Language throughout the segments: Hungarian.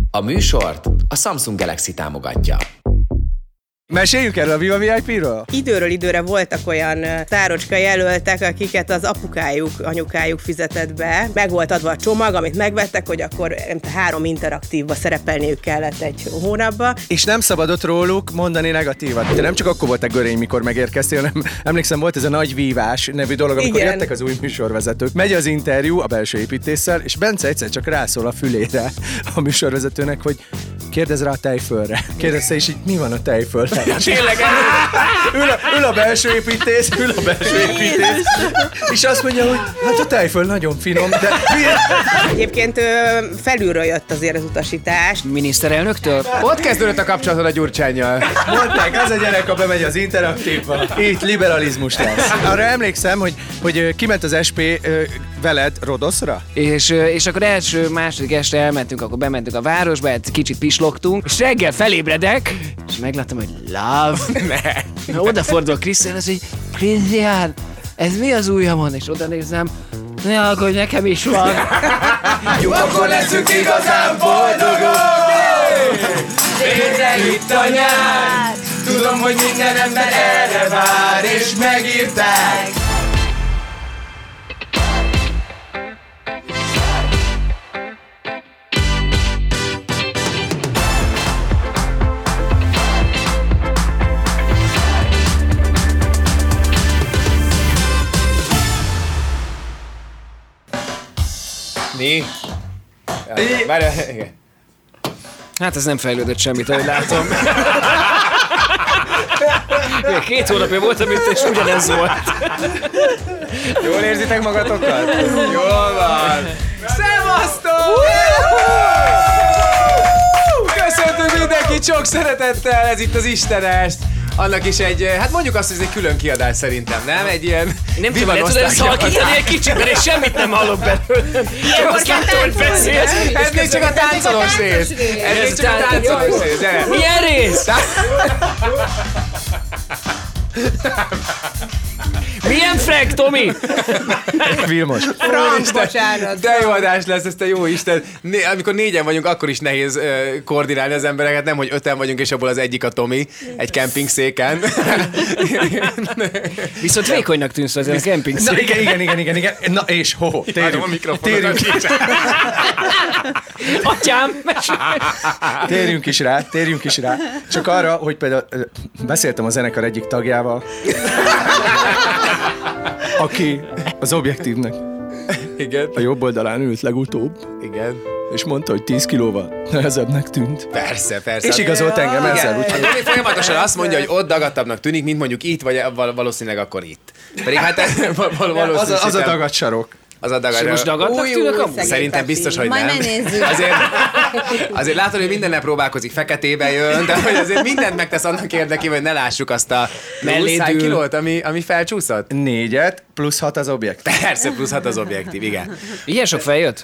A műsort a Samsung Galaxy támogatja. Meséljünk erről a Viva VIP-ről? Időről időre voltak olyan tárocska jelöltek, akiket az apukájuk, anyukájuk fizetett be. Meg volt adva a csomag, amit megvettek, hogy akkor 3 interaktívba szerepelniük kellett egy hónapba. És nem szabadott róluk mondani negatívat. De nem csak akkor voltak görény, mikor megérkeztél, hanem emlékszem, volt ez a Nagy Vívás nevű dolog, amikor jöttek az új műsorvezetők. Megy az interjú a belső építéssel, és Bence egyszer csak rászól a fülére a műsorvezetőnek, hogy kérdezz rá a tejfölre. Kérdezze is, így mi van a tejfölre? Tényleg, ül a belső építész, és azt mondja, hogy hát a tejföl nagyon finom, de... Egyébként felülről jött azért az utasítás. Miniszterelnöktől? Ott kezdődött a kapcsolatod a Gyurcsánnyal. Mondták, az a gyerek, ha bemegy az interaktívba, itt liberalizmus lesz. Arra emlékszem, hogy kiment az SP veled Rodoszra? És akkor második este elmentünk, akkor bementünk a városba, egy kicsit pislogtunk, és reggel felébredek, és megláttam, hogy love. Na, odafordul Krisztián, az így, Krisztián, ez mi az ujjamon? És oda nézem, ne aggódj, nekem is van. Jó, akkor leszünk igazán boldogok! Végre itt a nyár! Tudom, hogy minden ember erre vár, és megírták! Mi? Várjál, igen. Hát ez nem fejlődött semmit, ahogy látom. 2 hónapja voltam itt, és ugyanez volt. Jól érzitek magatokat? Jól van! Szevasztok! Köszöntünk mindenkit sok szeretettel, ez itt az Istenest. Annak is egy, hát mondjuk azt, hogy ez egy külön kiadás szerintem, nem? Egy ilyen... Nem tudom, le tudod szalkítani egy kicsit, mert én semmit nem hallok belőle. Hogy beszélsz. Ez még csak a táncolós rész. Ez még csak a táncolós rész, gyere. Milyen rész? Milyen frek, Tomi? Vilmos. Frank, bocsánat. De jó adás lesz, ezt a jó Isten. Amikor 4-en vagyunk, akkor is nehéz koordinálni az embereket, nem, hogy 5-en vagyunk, és abból az egyik a Tomi, egy kempingszéken. Viszont vékonynak tűnsz azért a kempingszéken. Igen. Na és térjünk is. Atyám! Térjünk is rá. Csak arra, hogy például beszéltem a zenekar egyik tagjával, aki az Objektívnek a jobb oldalán ült legutóbb. Igen. És mondta, hogy 10 kilóval nehezebbnek tűnt. Persze. És igazolt engem ezzel. Úgyhogy folyamatosan azt mondja, hogy ott dagadtabbnak tűnik, mint mondjuk itt, vagy valószínűleg akkor itt. Pedig hát az a dagadsarok. Az a dagadság. Most dagadtak tűnök amúgy? Szerintem biztos, hogy Majd nem. megnézzük. Azért látod, hogy mindennel próbálkozik, feketébe jön, de hogy azért mindent megtesz annak érdekében, hogy ne lássuk azt a 200 kilót, ami felcsúszott. 4 plusz 6 az Objektív. Persze, plusz 6 az Objektív, igen. Ilyen sok feljött?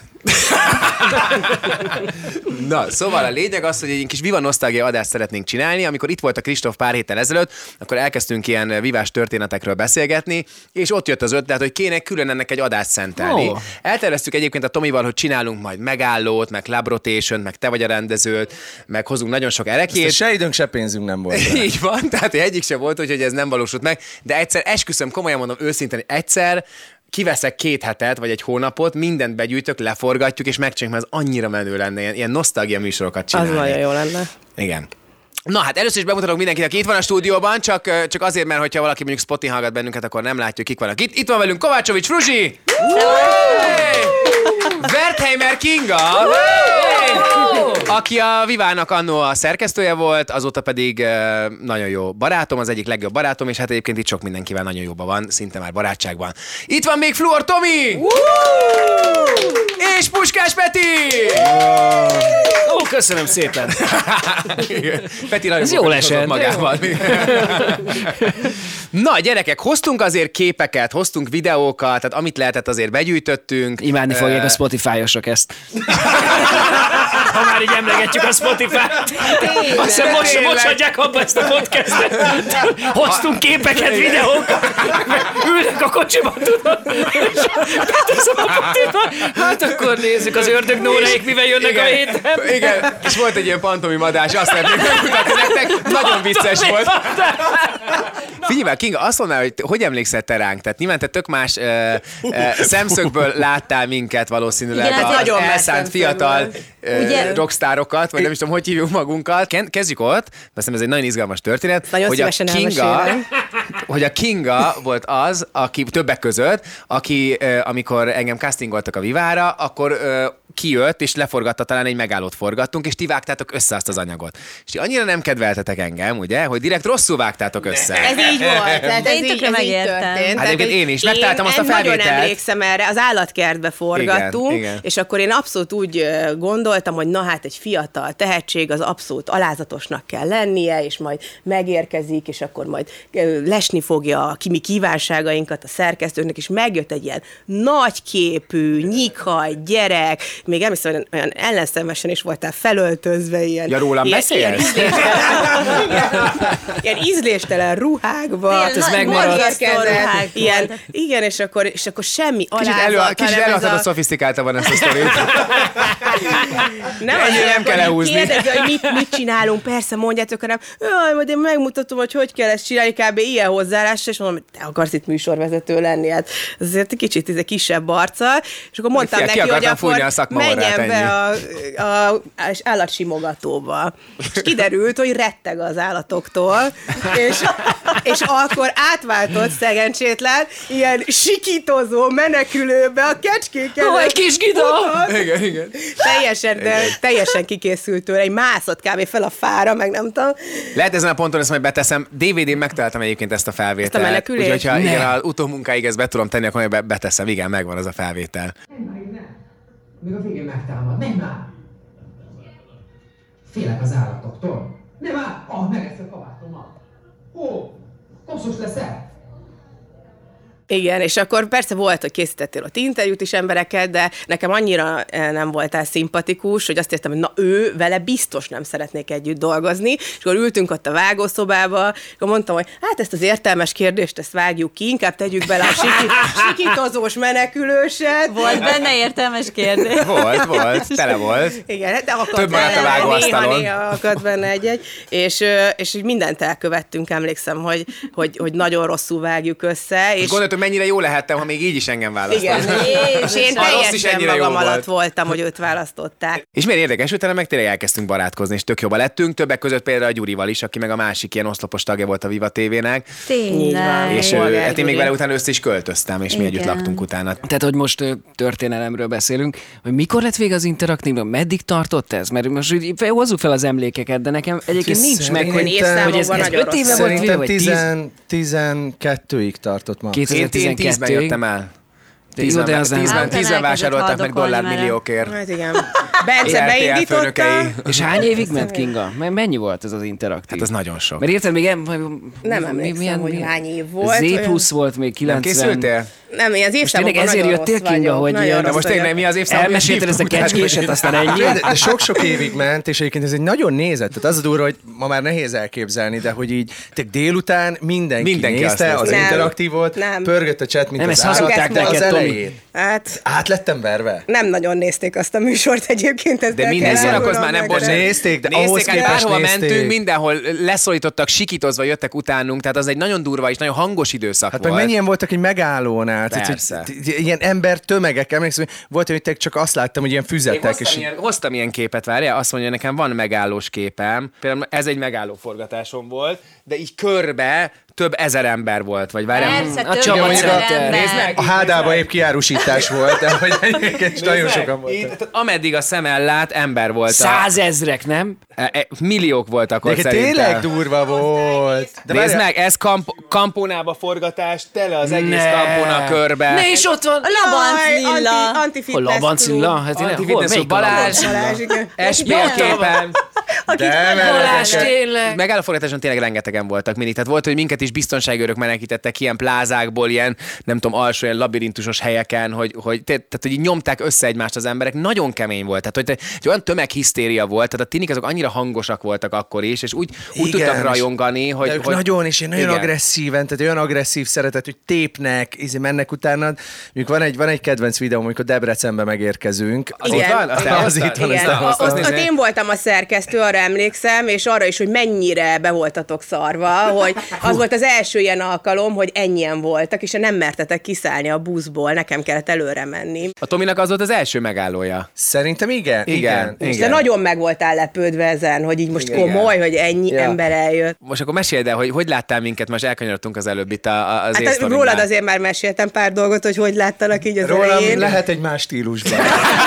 Na, szóval a lényeg az, hogy egy kis Viva Nosztalgia adást szeretnénk csinálni. Amikor itt volt a Kristóf pár héttel ezelőtt, akkor elkezdtünk ilyen vívás történetekről beszélgetni, és ott jött az ötlet, hogy kéne külön ennek egy adást szentelni. Oh. Elterveztük egyébként a Tomival, hogy csinálunk majd megállót, meg Club Rotation, meg te vagy a rendezőt, meg hozunk nagyon sok erekét. Se időnk, se pénzünk nem volt. Így van, tehát egyik sem volt, hogy ez nem valósult meg, de egyszer esküszöm, komolyan mondom őszintén, egyszer kiveszek 2 hetet, vagy egy hónapot, mindent begyűjtök, leforgatjuk, és megcsináljuk, mert az annyira menő lenne, ilyen nosztalgia műsorokat csinálni. Az nagyon jó lenne. Igen. Na hát először is bemutatok mindenkinek, aki itt van a stúdióban, csak azért, mert hogyha valaki mondjuk Spotin hallgat bennünket, akkor nem látjuk, kik vannak itt. Itt van velünk Kovácsovics Fruzsi! Wertheimer Kinga! Aki a Vivának annó a szerkesztője volt, azóta pedig nagyon jó barátom, az egyik legjobb barátom, és hát egyébként itt sok mindenkivel nagyon jóban van, szinte már barátságban. Itt van még Fluor Tomi! És Puskás Peti! Ó, köszönöm szépen! Peti nagyon ez jól esett magával. Na, gyerekek, hoztunk azért képeket, hoztunk videókat, tehát amit lehetett azért begyűjtöttünk. Imádni fogják a Spotify-osok ezt. ha már így emlegetjük a Spotify-t. Azt hiszem, most adják abba ezt a podcastet. Hoztunk képeket, videókat. Ülnek a kocsiban, tudod. Hát akkor nézzük az ördög Nóráik, mivel jönnek a héten. Igen, és volt egy ilyen pantomimadás, azt szeretnék megmutatni nektek, nagyon vicces volt. Figyelj már, Kinga, azt mondd, hogy emlékszel te ránk? Tehát nyilván te tök más szemszögből láttál minket valószínűleg. Igen, az nagyon elszánt fiatal rockstárokat, vagy nem is tudom, hogy hívjuk magunkat. Kezdjük ott, aztán ez egy nagyon izgalmas történet, hogy a Kinga volt az, aki többek között, aki amikor engem castingoltak a Vivára, akkor kijött, és leforgatta, talán egy megállót forgattunk, és ti vágtátok össze azt az anyagot. És ti annyira nem kedveltetek engem, ugye, hogy direkt rosszul vágtátok össze. Ez így volt, tehát én tökre megértem. Hát én is, megtaláltam azt a felvételt. Nagyon emlékszem erre, az állatkertbe forgattunk, igen. és akkor én abszolút úgy gondoltam, hogy na hát egy fiatal tehetség, az abszolút alázatosnak kell lennie, és majd megérkezik, és akkor majd lesni fogja a mi kívánságainkat a szerkesztőnek, és megjött egy ilyen nagyképű, nyikhaj gyerek, még emlékszem, hogy olyan ellenszenvesen is voltál felöltözve, ilyen... Ja, rólam beszélsz? Ilyen ízléstelen ruhákba. Hát ez megmaradt. Ilyen, igen, és akkor semmi alázat. Kicsit előadhatod szofisztikáltabban ezt a sztorit. Nem kell lehúzni. Kérdezi, hogy mit csinálunk, persze mondjátok, hanem majd én megmutatom, hogy kell ezt csinálni, kb. Ilyen hozzáállásra, és mondom, hogy te akarsz itt műsorvezető lenni, hát azért egy kicsit kisebb arccal, és akkor mondtam neki, hogy akkor menjen be a állatsimogatóba. És kiderült, hogy retteg az állatoktól, és akkor átváltott szegentsétlen, ilyen sikítozó menekülőbe a kecskék előtt. Egy kis gida! Igen. Teljesen kikészült tőle, egy mászott kb. Fel a fára, meg nem tudom. Lehet ezen a ponton ezt majd beteszem. DVD-n megtaláltam egyébként ezt a felvételt. Ezt a menekülést? Úgyhogy ha igen, az utómunkáig ezt be tudom tenni, akkor majd beteszem. Igen, megvan az a felvétel. Nem. Még a végén megtámad. Nem már! Félek az állatoktól. Nem már! Megeszt a kabátomat. Koszos leszel! Igen, és akkor persze volt, hogy készítettél ott interjút is embereket, de nekem annyira nem voltál szimpatikus, hogy azt értem, hogy na vele biztos nem szeretnék együtt dolgozni, és akkor ültünk ott a vágószobába, és akkor mondtam, hogy hát ezt az értelmes kérdést, ezt vágjuk ki, inkább tegyük bele a sikítozós menekülőset. Volt benne értelmes kérdés. Volt, tele volt. Igen, de több maradt a vágóasztalon. Néha akadt benne egy-egy, és így mindent elkövettünk, emlékszem, hogy nagyon rosszul vágjuk össze. És mennyire jó lehettem, ha még így is engem választottak. Igen, és én teljesen magam alatt voltam, hogy őt választották. És miért érdekes, utána meg tényleg elkezdtünk barátkozni, és tök jobban lettünk, többek között például a Gyurival is, aki meg a másik ilyen oszlopos tagja volt a Viva TV-nek. Tényleg. És hát én még vele utána össze is költöztem, és mi együtt laktunk utána. Tehát, hogy most történelemről beszélünk, hogy mikor lett vége az Interaktívnak, meddig tartott ez? Mert most hozzuk fel az emlékeket, de nekem egyébként nincs meg, hogy ez 5 éve volt, vagy 12-ig tartott ma. Én 10-ben jöttem el. 10-ben vásároltak meg dollármilliókért. Hát igen. Bence beindította. És hány évig ment, Kinga? Mennyi volt ez az Interaktív? Hát ez nagyon sok. Mert érted, még nem emlékszem, hogy hány év volt. Z plusz volt még 90. Nem készültél? Nem, én az évszámokban ezért nagyon jöttél, rossz Kinga, vagyok. hogy de most tényleg mi az évszámokban? Elmesélted ezt a kecskéset, aztán ennyi. De sok-sok évig ment, és egyébként ez egy nagyon nézett. Tehát az a durva, hogy ma már nehéz elképzelni, de hogy így délután mindenki nézte, az Interaktívot, pörgött a chat, mint nem, az ezt hazudták neked, Tomi. Át lettem verve. Nem nagyon nézték azt a műsort egyébként. De minden szórakozás már nem nézték, de ahhoz nézték, képest bárhova nézték. mentünk, mindenhol leszorítottak, sikítozva jöttek utánunk, tehát az egy nagyon durva és nagyon hangos időszak hát volt. meg mennyien voltak egy megállónál. Persze. Ilyen ember tömegek, emlékszem, volt, hogy csak azt láttam, hogy ilyen füzetek. Hoztam ilyen képet, várjál, azt mondja, nekem van megállós képem. Például ez egy megállóforgatásom volt, de így körbe több ezer ember volt, vagy várjál. Persze, több ezer ember. A hádában épp kiárusítás volt, de hogy egyébként nagyon sokan voltak. Ameddig a szemel lát, ember volt. 100 000, nem? Milliók voltak ott de szerintem. Tényleg durva volt. De nézd meg, ez kampónába forgatás, tele az egész kampóna körbe. Ne, és ott van Labancilla. Antifitness. Labancilla? Hát Balázs, SPL képen. Balázs, tényleg. Megállóforgatáson tényleg rengetegen voltak mindig. Tehát volt, hogy minket is biztonságőrök menekítettek ilyen plázákból, ilyen, nem tudom, alsó, ilyen labirintusos helyeken, hogy így nyomták össze egymást az emberek. Nagyon kemény volt. Tehát, hogy egy olyan tömeghisztéria volt, tehát a tinik azok annyira hangosak voltak akkor is, és úgy tudtak rajongani, hogy nagyon, és nagyon agresszíven, tehát olyan agresszív szeretet, hogy tépnek, mennek utána. Mondjuk van egy kedvenc videó, amikor Debrecenbe megérkezünk. Az itt van? Az itt van. Ott én voltam a szerkesztő, arra emlékszem, és arra is, hogy mennyire be voltatok szarva, hogy az volt az első ilyen alkalom, hogy ennyien voltak, és nem mertetek kiszállni a buszból, nekem kellett előre menni. A Tominak az volt az első megállója. Szerintem igen. De nagyon meg voltál lepődve ezen, hogy így most komoly, hogy ennyi ember eljött. Most akkor meséld el, hogy láttál minket, most elkanyarodtunk az előbb itt az hát rólad azért már meséltem pár dolgot, hogy láttalak így az elején. Lehet egy más stílusban.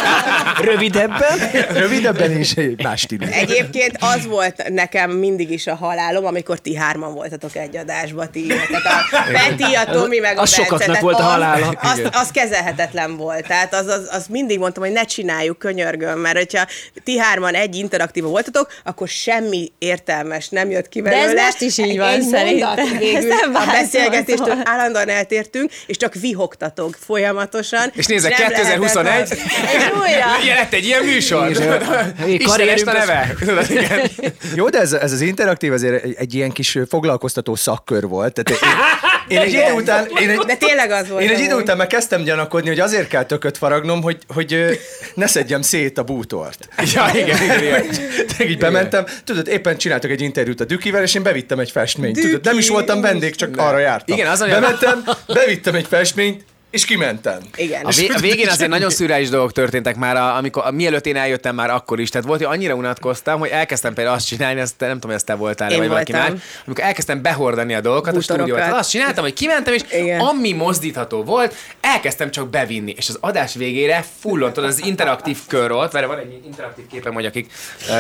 Rövidebben? Rövidebben is egy más stílusban. Egyébként az volt nekem mindig is a halálom, amikor ti hárman voltatok egy adásba, tehát a Peti, a Tomi, meg a az Bence. Sokatnak volt a halála. Az kezelhetetlen volt. Tehát az mindig mondtam, hogy ne csináljuk, könyörgöm, mert hogyha ti hárman egy interaktíva voltatok, akkor semmi értelmes nem jött ki belőle. De ez most is így van, szerintem. Végül a beszélgetéstől állandóan eltértünk, és csak vihogtatok folyamatosan. És nézzek, 2021, és újra. lett egy ilyen műsor. Istenes a neve. Jó, de ez az interaktív azért egy ilyen kis foglalkoztató szakkör volt. Tehát én egy idő után... De tényleg az volt. Én egy idő után már kezdtem gyanakodni, hogy azért kell tököt faragnom, hogy ne szedjem szét a bútort. Ja, igen. Így bementem, tudod, éppen csináltak egy interjút a Dükivel, és én bevittem egy festményt. Tudod, nem is voltam vendég, csak arra jártam. Igen, bementem, bevittem egy festményt, és kimentem. Igen. A végén azért nagyon szürreális dolgok történtek már, mielőtt én eljöttem már akkor is. Tehát volt, hogy annyira unatkoztam, hogy elkezdtem például azt csinálni, ezt nem tudom, hogy ezt te voltál, vagy valaki más, amikor elkezdtem behordani a dolgokat a stúdióban. Tehát azt csináltam, hogy kimentem, és ami mozdítható volt, elkezdtem csak bevinni. És az adás végére fullon, tudod, az interaktív kör volt, mert van egy interaktív képem, hogy akik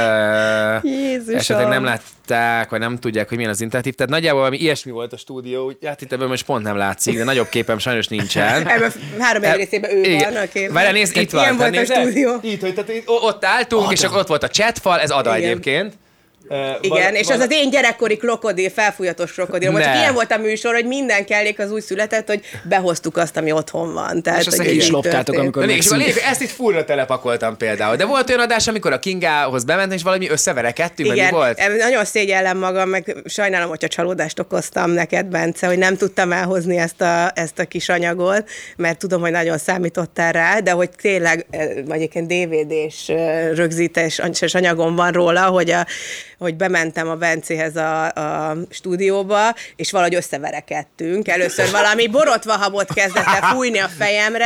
esetleg nem látták, vagy nem tudják, hogy milyen az interaktív. Tehát nagyjából valami ilyesmi volt a stúdió, úgy, hát itt ebből most pont nem látszik, de nagyobb képem sajnos nincsen. Ebben 3 részében ő van a képben. Várjál, nézd, itt van. Ilyen volt a stúdió. Itt, tehát ott álltunk, és akkor ott volt a chatfal, ez Ada egyébként. Igen, és az az én gyerekkori krokodil, felfújatos krokodil. Most ilyen volt a műsor, hogy minden kellék az új született, hogy behoztuk azt, ami otthon van. Tehát, és azt is loptátok, amikor ezt itt furra telepakoltam például. De volt olyan adás, amikor a Kingához bementem, és valami összeverekedtünk, igen, mi volt? Nagyon szégyellem magam, meg sajnálom, hogyha csalódást okoztam neked, Bence, hogy nem tudtam elhozni ezt a kis anyagot, mert tudom, hogy nagyon számítottál rá, de hogy tényleg egyébként DVD-s rögzítés anyagom van róla, hogy bementem a Bencéhez a stúdióba, és valahogy összeverekedtünk. Először valami borotvahabot kezdett el fújni a fejemre,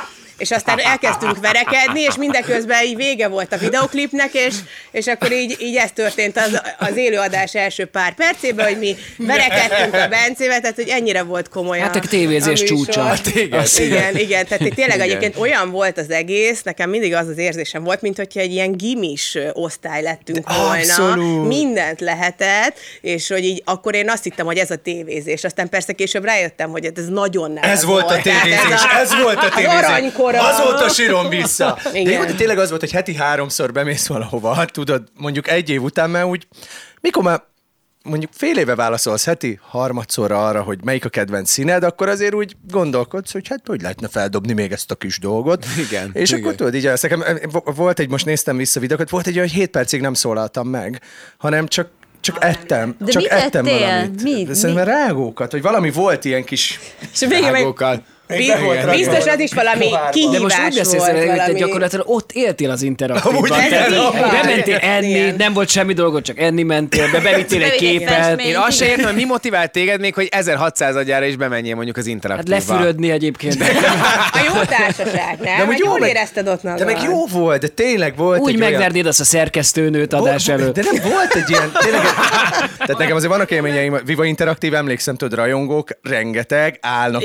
és aztán elkezdtünk verekedni, és mindeközben így vége volt a videoklipnek, és akkor így ez történt az élőadás első pár percében, hogy mi verekedtünk a Bencével, tehát hogy ennyire volt komoly hát a tévézés csúcsa. Igen, tehát tényleg egyébként olyan volt az egész, nekem mindig az érzésem volt, mint hogyha egy ilyen gimis osztály lettünk volna. Abszolút. Mindent lehetett, és hogy így akkor én azt hittem, hogy ez a tévézés. Aztán persze később rájöttem, hogy ez nagyon nem ez volt a tévézés, ez volt a tévézés. Azóta sírom vissza. De jó, de tényleg az volt, hogy heti 3-szor bemész valahova, tudod, mondjuk egy év után már úgy, mikor már mondjuk fél éve válaszolsz heti 3-szorra arra, hogy melyik a kedvenc színed, akkor azért úgy gondolkodsz, hogy hát hogy lehetne feldobni még ezt a kis dolgot. Igen. És akkor tudod, így volt egy, most néztem vissza videókat, volt egy olyan, hogy 7 percig nem szólaltam meg, hanem csak ettem. De csak mit ettem ettél? valamit. Szerintem rágókat, vagy valami volt ilyen kis és végül rágókkal. Biztos az is valami kihívás de most úgy beszélsz, hogy gyakorlatilag ott éltél az interaktívban. Bementél enni, nem volt semmi dolgod, csak enni mentél, bevittél egy képet. Én azt sem értem, hogy mi motivált téged még, hogy 1600-adjára is bemenjél mondjuk az interaktívba. Hát lefürödni egyébként. A jó társaság, nem? Meg jól érezted ott magad. De meg jó volt, de tényleg volt úgy egy megvernéd azt a szerkesztőnőt adás előtt. De nem volt egy ilyen, tényleg, tehát nekem azért vannak élményeim, Viva Interaktív, emlékszem, tudod, rajongók, rengeteg állnak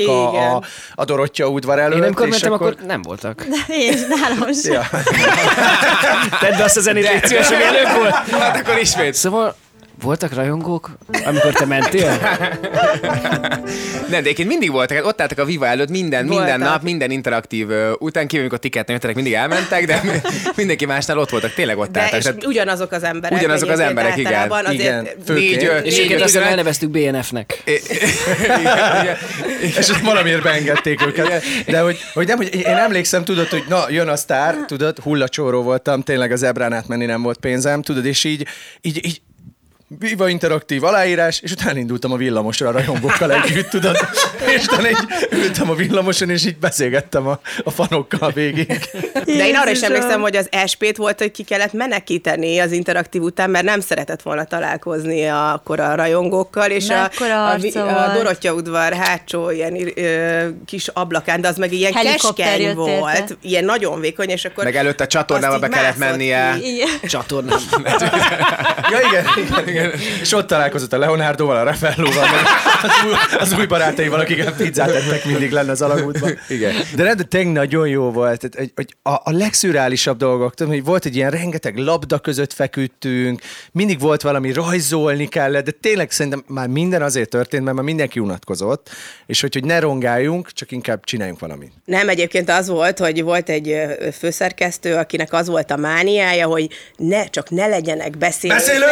a Dorottya udvar előtt. Én amikor mentem, akkor nem voltak. És nálam sem. Ja. Tedd be azt a zenét, légy szíves, hogy előbb volt. Hát akkor ismét. Szóval Voltak rajongók, amikor te mentél? Nem, de egyébként mindig voltak, ott álltak a Viva előtt minden nap, minden interaktív után, kívül, amikor tiket nem jöttek, mindig elmentek, de mindenki másnál ott voltak, tényleg ott álltak. És ugyanazok az emberek. Ugyanazok az emberek, igen. És őket aztán elneveztük BNF-nek. És valamiért beengedték őket. De hogy én emlékszem, tudod, hogy na, jön a sztár, tudod, hullacsóró voltam, tényleg az Ebrán átmenni nem volt pénzem, tudod, és így Viva interaktív aláírás, és utána indultam a villamosra a rajongókkal együtt, tudod, és utána így ültem a villamoson, és így beszélgettem a fanokkal végig. De én arra is emlékszem, hogy az SP-t volt, hogy ki kellett menekíteni az interaktív után, mert nem szeretett volna találkozni akkor a rajongókkal, és a Dorottya udvar hátsó ilyen kis ablakán, de az meg ilyen keskeny volt, érte. Ilyen nagyon vékony, és akkor... Meg előtte a csatornába be kellett mennie. Csatornába. Ja, igen. És ott találkozott a Leonardoval, a Raffaellóval, az új barátaival, akik pizzát ettek mindig lenne az alagútban. Igen. De tényleg nagyon jó volt. Hogy a legszürreálisabb dolgok, tudom, hogy volt egy ilyen rengeteg labda között feküdtünk, mindig volt valami, rajzolni kellett, de tényleg szerintem már minden azért történt, mert már mindenki unatkozott, és hogy ne rongáljunk, csak inkább csináljunk valamit. Nem, egyébként az volt, hogy volt egy főszerkesztő, akinek az volt a mániája, hogy csak ne legyenek beszélők.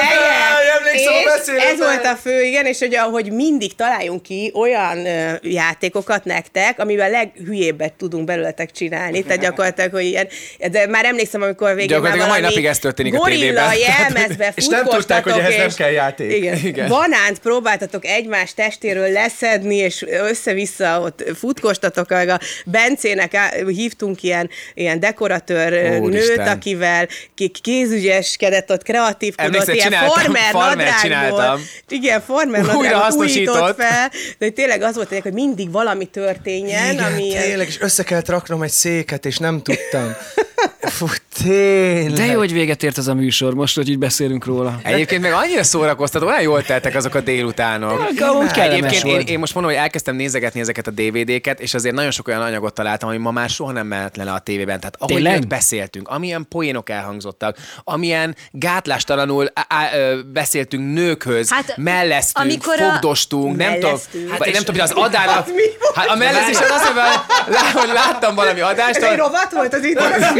Ez volt a fő, igen, és hogy mindig találjunk ki olyan játékokat nektek, amivel leghülyébbet tudunk belőletek csinálni. Tehát gyakorlatilag, hogy ilyen, de már emlékszem, amikor végén már valami mai napig ez történik a tévében. Gorilla jelmezbe és nem tudták, hogy ehhez nem kell játék. Igen. Banánt próbáltatok egymás testéről leszedni, és össze-vissza ott futkostatok, meg a Bencének hívtunk ilyen dekoratőr nőt, akivel kézügyeskedett, ott kreatívkodott, ilyen farmer csináltam. Igen, farmer nadrágot újított fel, de tényleg az volt, hogy mindig valami történjen, igen, ami... tényleg, és össze kellett raknom egy széket, és nem tudtam. Fú, tényleg. De jó, hogy véget ért az a műsor, most, hogy így beszélünk róla. Egyébként meg annyira szórakoztató, olyan jól teltek azok a délutánok. Egyébként én most mondom, hogy elkezdtem nézegetni ezeket a DVD-ket, és azért nagyon sok olyan anyagot találtam, ami ma már soha nem mehet le a tévében. Tehát ahogy beszéltünk, amilyen poénok elhangzottak, amilyen gátlástalanul beszéltünk nőkhöz, melleztünk, fogdostunk, nem tudom, hogy az adának... Hát a mellezés az az, hogy láttam valami adást. Egy rovat volt az idő.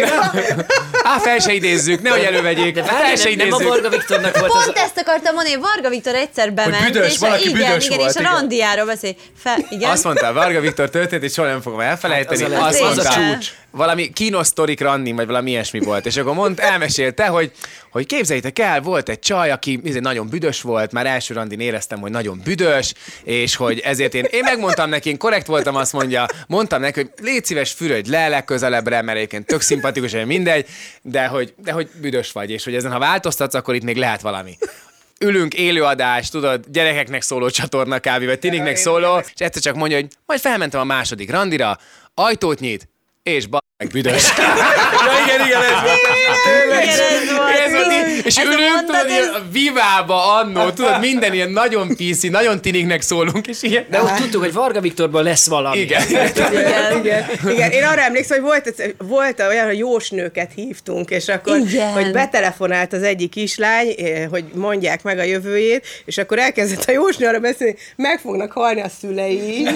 Fel se idézzük, nehogy elővegyék. Fel se idézzük. Nem a Varga Viktornak volt. Pont ezt akartam mondani, Varga Viktor egyszer bement, büdös, és igen, és a randiáról beszél. Igen. Azt mondta, Varga Viktor történt, és soha nem fogom elfelejteni. Azt mondta, valami kínos sztorik randi, vagy valami ilyesmi volt. És akkor elmesélte, hogy képzeljétek el, volt egy csaj, aki nagyon büdös volt, már első randin éreztem, hogy nagyon büdös, és hogy ezért én megmondtam neki, én korrekt voltam, azt mondja, mondtam neki, hogy légy szíves, fürödj le legközelebbre, mert egyébként tök szimpatikus, mindegy, de hogy büdös vagy, és hogy ezen ha változtatsz, akkor itt még lehet valami. Ülünk, élőadás, tudod, gyerekeknek szóló csatorna kb. Vagy tiniknek szóló, és egyszer csak mondja, hogy majd felmentem a második randira, ajtót nyit, és meg büdös. Ja, igen, ez volt. És ülünk, tudod, a Vivába annó, tudod, minden ilyen nagyon PC, nagyon tiniknek szólunk, és ilyen. De úgy tudtuk, hogy Varga Viktorban lesz valami. Igen. Én arra emlékszem, hogy volt olyan, hogy jósnőket hívtunk, és akkor, hogy betelefonált az egyik kislány, hogy mondják meg a jövőjét, és akkor elkezdett a jósnő arra beszélni, meg fognak halni a szülei. Ilyen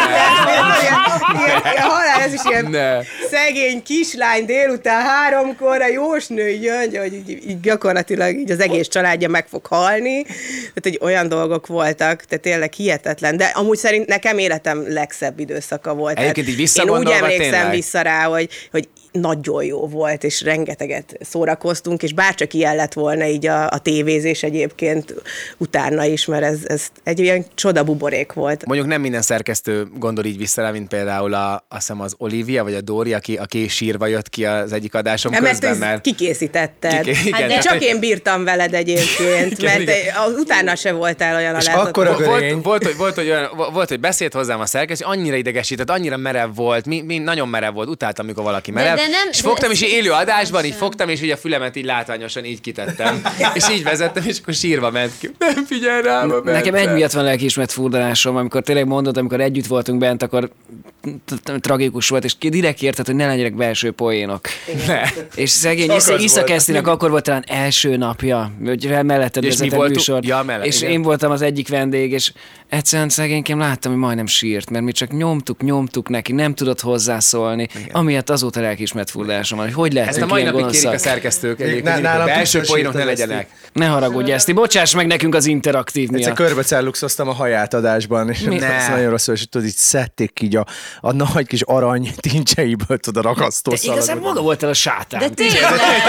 halál, ez is ilyen szegény kislány délután 3-kor a jósnő jön, hogy így gyakorlatilag így az egész családja meg fog halni. Tehát, hogy olyan dolgok voltak, tehát tényleg hihetetlen. De amúgy szerint nekem életem legszebb időszaka volt. Egyébként így visszagondolva, én úgy emlékszem vissza rá, hogy nagyon jó volt, és rengeteget szórakoztunk, és bárcsak ilyen lett volna így a tévézés egyébként utána is, mert ez egy ilyen csodabuborék volt. Mondjuk nem minden szerkesztő gondol így vissza rá, mint például azt hiszem az Olivia, vagy a Dóri, aki sírva jött ki az egyik adásom közben, mert kikészítetted. De csak én bírtam veled egyébként, mert utána se voltál olyan alázat. Volt, hogy beszélt hozzám a szerkesztő, annyira idegesített, annyira merev volt, nagyon merev volt, utáltam, amikor valaki merev. És fogtam, és élő adásban így fogtam, és így a fülemet így látványosan így kitettem. És így vezettem, és akkor sírva ment ki. Nem figyelj rám. Nekem egy miatt van lelkiismeret furdalásom, amikor tényleg mondod, amikor együtt voltunk bent, akkor tragikus volt, és direkt érted, hogy ne legyenek belső poénok. És szegény Issza Kesztinek akkor volt talán első napja, hogy melletted vezetett műsor. Ja, és én voltam az egyik vendég, és egyszerűen szegényként láttam, hogy majdnem sírt, mert mi csak nyomtuk neki, nem tudott hozzászólni. Amiatt azóta lelkiismert furdásom van, hogy lehet ezt a mai napig kérik a szerkesztők egyébként, a belső poénok ne legyenek. Ne haragudj, Eszti, bocsáss meg nekünk az interaktív miatt. Egyszer körbecelluxoztam a haját adásban, és ez nagyon rossz, és tudod, így szedték így a nagy kis arany tincseiből, tudod, a ragasztószalagot. Igazán maga voltál a sátán. De tényleg.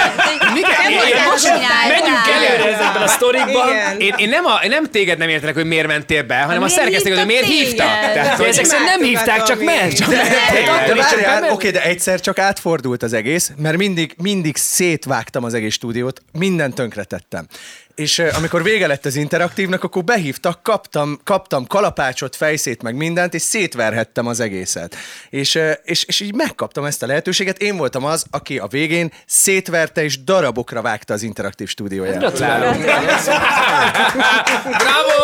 Menjünk előre ezekben a sztorikban. Én nem téged nem értenek, hogy miért mentél be, hanem a szerkesztők, hogy miért hívtak. Ezek szerint nem hívták, csak mert. Oké, de egyszer csak átfordult az egész, mert mindig szétvágtam az egész stúdiót, mindent tönkretettem. És amikor vége lett az interaktívnak, akkor behívtak, kaptam kalapácsot, fejszét, meg mindent, és szétverhettem az egészet. És így megkaptam ezt a lehetőséget. Én voltam az, aki a végén szétverte és darabokra vágta az interaktív stúdióját. Gratulálok! Bravo!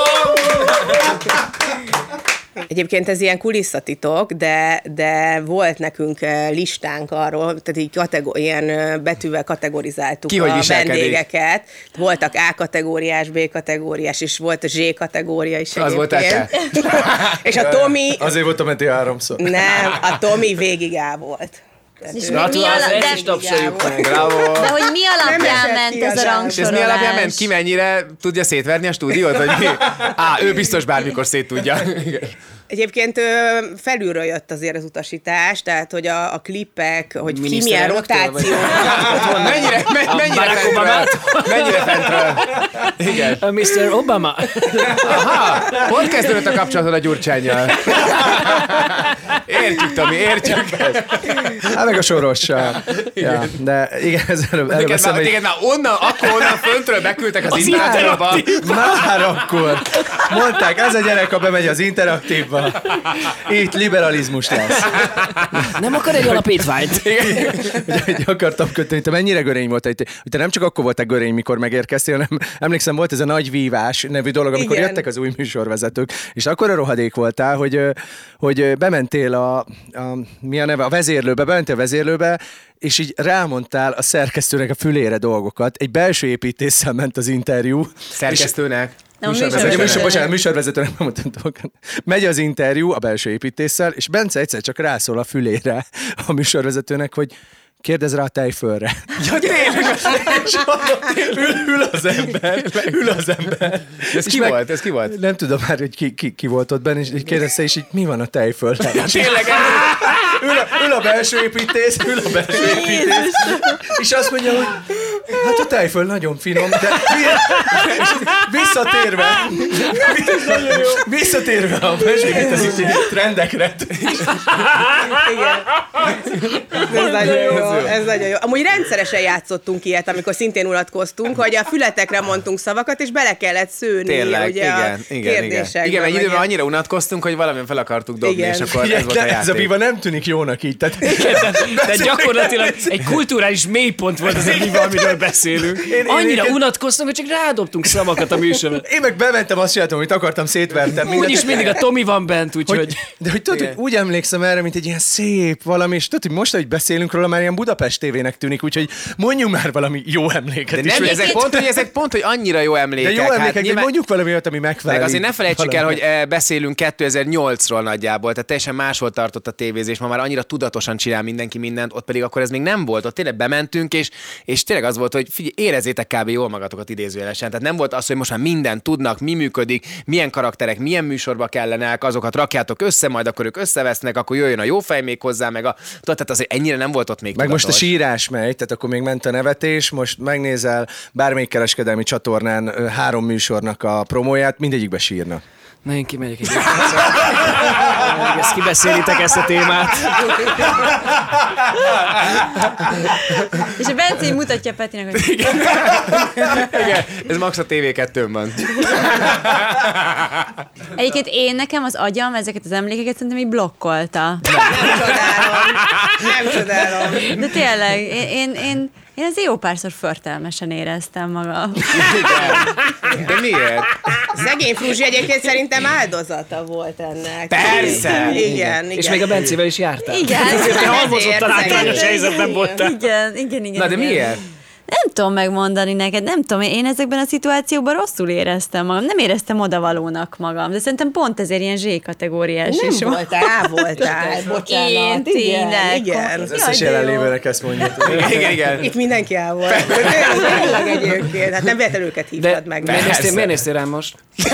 Egyébként ez ilyen kulisszatitok, de volt nekünk listánk arról, tehát így ilyen betűvel kategorizáltuk a vendégeket. Voltak A kategóriás, B kategóriás, és volt a Z kategória is. Az voltál te. És a Tomi... Azért voltam menti 3-szor. Nem, a Tomi végig A volt. És De hogy mi alapján ment ez a rangsorolás? És ez mi alapján ment? Ki mennyire tudja szétverni a stúdiót? Vagy mi? Ő biztos bármikor szét tudja. Egyébként felülről jött azért az utasítás, tehát hogy a klippek, hogy ki milyen rotáció. Mennyire fentről? Igen. Mr. Obama. Aha, hol kezdődött a kapcsolatod a Gyurcsánnyal? Értjük, Tomi, értjük. Hát meg a Sorossal. Ja, de igen, ez előbb eszembe. Téged már onnan föntről beküldtek az interaktívba. Már akkor. Mondták, ez a gyerek, ha bemegy az interaktívba. Itt liberalizmus lesz. Nem akar egy alapítványt. Hogy akartam kötni, te mennyire görény voltál. Hogy te nem csak akkor voltál görény, mikor megérkeztél, hanem emlékszem, volt ez a Nagy Vívás nevű dolog, amikor jöttek az új műsorvezetők, és akkor a rohadék voltál, hogy bementél a vezérlőbe, és így rámondtál a szerkesztőnek a fülére dolgokat. Egy belső építéssel ment az interjú. Szerkesztőnek? Műsorvezetőnek nem mondtam dolgokat. Megy az interjú a belső építéssel, és Bence egyszer csak rászól a fülére a műsorvezetőnek, hogy kérdezz rá a tejfölre. Ja, tényleg! Ül az ember. Ez ki volt? Nem tudom már, hogy ki volt ott benne, és kérdezte, és így mi van a tejfölre? Tényleg? Ül a belső építész, és azt mondja, hogy hát a tejföl nagyon finom, de visszatérve a belső építész trendekre. Ez nagyon jó. Amúgy rendszeresen játszottunk ilyet, amikor szintén unatkoztunk, hogy a fületekre mondtunk szavakat, és bele kellett szőni. Tényleg, ugye, igen. Igen, egy időben annyira unatkoztunk, hogy valamilyen fel akartuk dobni, és akkor ez volt a játék. Ez a Viva nem tűnik jónak így. De gyakorlatilag egy kulturális mélypont volt az egy amiről beszélünk. Annyira unatkoztunk, hogy csak rádobtunk szavakat a műsorban. Én meg bementem, azt csináltam, amit akartam, szétvertem. Úgyis mindig a Tomi van bent, úgyhogy... De hogy tudod, hogy úgy emlékszem erre, mint egy ilyen szép valami, és tudod, hogy most, hogy beszélünk róla, már ilyen Budapest tévének tűnik, úgyhogy mondjunk már valami jó emléket. De nem, ezek pont, hogy annyira jó emlékek. De jó emlékek, nyilván... mondjuk valami olyat, ami megfelel. Meg azért ne felejtsük el, hogy beszélünk 2008-ról nagyjából, tehát teljesen máshol tartott a tévézés, ma már annyira tudatosan csinál mindenki mindent, ott pedig akkor ez még nem volt, ott tényleg bementünk, és tényleg az volt, hogy figyelj, érezzétek kb. Jól magatokat idézőjelesen. Tehát nem volt az, hogy most már mindent tudnak, mi működik, milyen karakterek, milyen műsorba kellenek, azokat rakjátok össze, majd akkor ők összevesznek, akkor jöjjön a jó fej még hozzá, meg tehát azért ennyire nem volt ott még meg tudatos. Most a sírás megy, tehát akkor még ment a nevetés, most megnézel bármelyik kereskedelmi csatornán 3 műsornak a promóját, mindegyikbe sírnak. Na, én kimegyek egy ezt kibeszélitek ezt a témát. És a Bence mutatja Petinek, hogy... Igen, ez max a TV2-n van. Egyébként nekem az agyam ezeket az emlékeket szerintem így blokkolta. Nem csodálom. De tényleg, Én azért jó párszor förtelmesen éreztem magam. De miért? Szegény Fruzsi egyébként szerintem áldozata volt ennek. Persze! Igen. És még a Bencével is jártál. Igen. Ezért te halmozottan Ezért általános helyzetben voltál. Igen. Na de miért? Nem tudom megmondani neked, nem tudom, én ezekben a szituációban rosszul éreztem magam, nem éreztem odavalónak magam, de szerintem pont ezért ilyen Z-kategóriás is Nem voltál, bocsánat. Én tényleg. Igen. Az összes jelenlévőnek ezt mondja. Igen. Itt mindenki el volt. Tényleg egyébként. Hát nem véletlenül őket De hívtad meg. miért néztél rám most?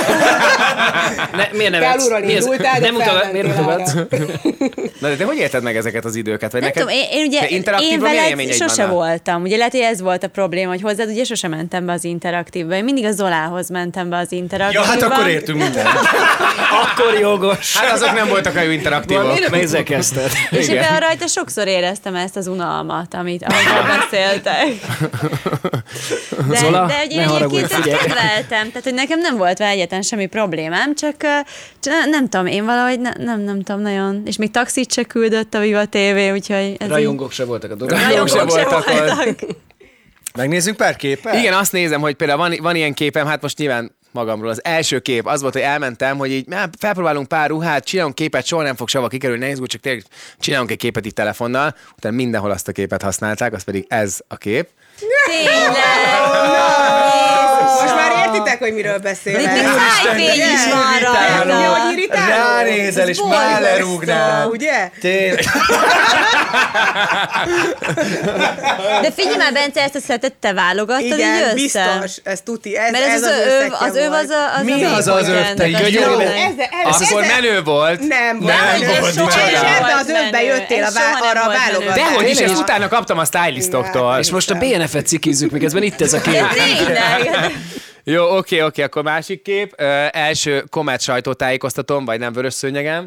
Miért nevetsz? Kálúról indultál, de nem utogat, miért felmentél utogatsz? Na de te hogy érted meg ezeket az időket? Vagy Nem neked, tudom, én ugye, interaktívban én milyen veled élményeid sose vannak? voltam. Ugye lehet, hogy ez volt a probléma, hogy hozzád ugye sose mentem be az interaktívba. Én mindig a Zolához mentem be az interaktívba. Ja, hát akkor értünk mindent. Akkor jogos. Hát azok nem voltak olyan interaktívok. Miért nem ezzel kezdted? És ebben rajta sokszor éreztem ezt az unalmat, amiről beszéltek. Zola, de ugye ne haragudj, egyébként figyelj. ezt kedveltem, tehát hogy nekem nem volt vele egyetlen semmi problémám, csak nem tudom, én valahogy nem tudom nagyon, és még taxit se küldött a Viva TV, úgyhogy ez Rajongók se voltak a dolgok. Rajongók se voltak ott. voltak. Megnézzünk pár képet? Igen, azt nézem, hogy például van ilyen képem, hát most nyilván magamról. Az első kép az volt, hogy elmentem, hogy így felpróbálunk pár ruhát, csinálunk képet, soha nem fog sehova kikerülni, nehéz, csak tényleg csinálunk egy képet itt telefonnal, utána mindenhol azt a képet használták, az pedig ez a kép. Tényleg! Most már értitek, hogy miről beszélek. Itt még szájfény is van Ugye, rajta. hogy irritáló? Ránézel, és már lerúgnál. Ugye? Tényleg. De figyelj már, Bence, ezt a szetet te válogattad így Igen, össze? biztos, ez tuti, ez Mert ez az ő öv, szekje az öv volt. az a Mi az az öv, te gyönyörű? Akkor menő volt. Nem volt. Nem volt, Soha micsoda. és ebbe az Volt övbe menő. jöttél Ez soha nem arra a volt menő. válogatásra. Dehogy is, Tényleg? ezt utána kaptam a stylistoktól. És most a BNF-et cikizzük, miközben itt ez a kép. Tényleg. Jó, oké, akkor másik kép. Első Komát sajtótájékoztatóm, vagy nem vörös szőnyegem.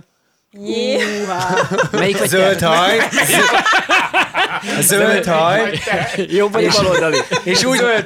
Melyik vagy Zöld te? haj. A zöld haj. Jobb vagy baloldali? És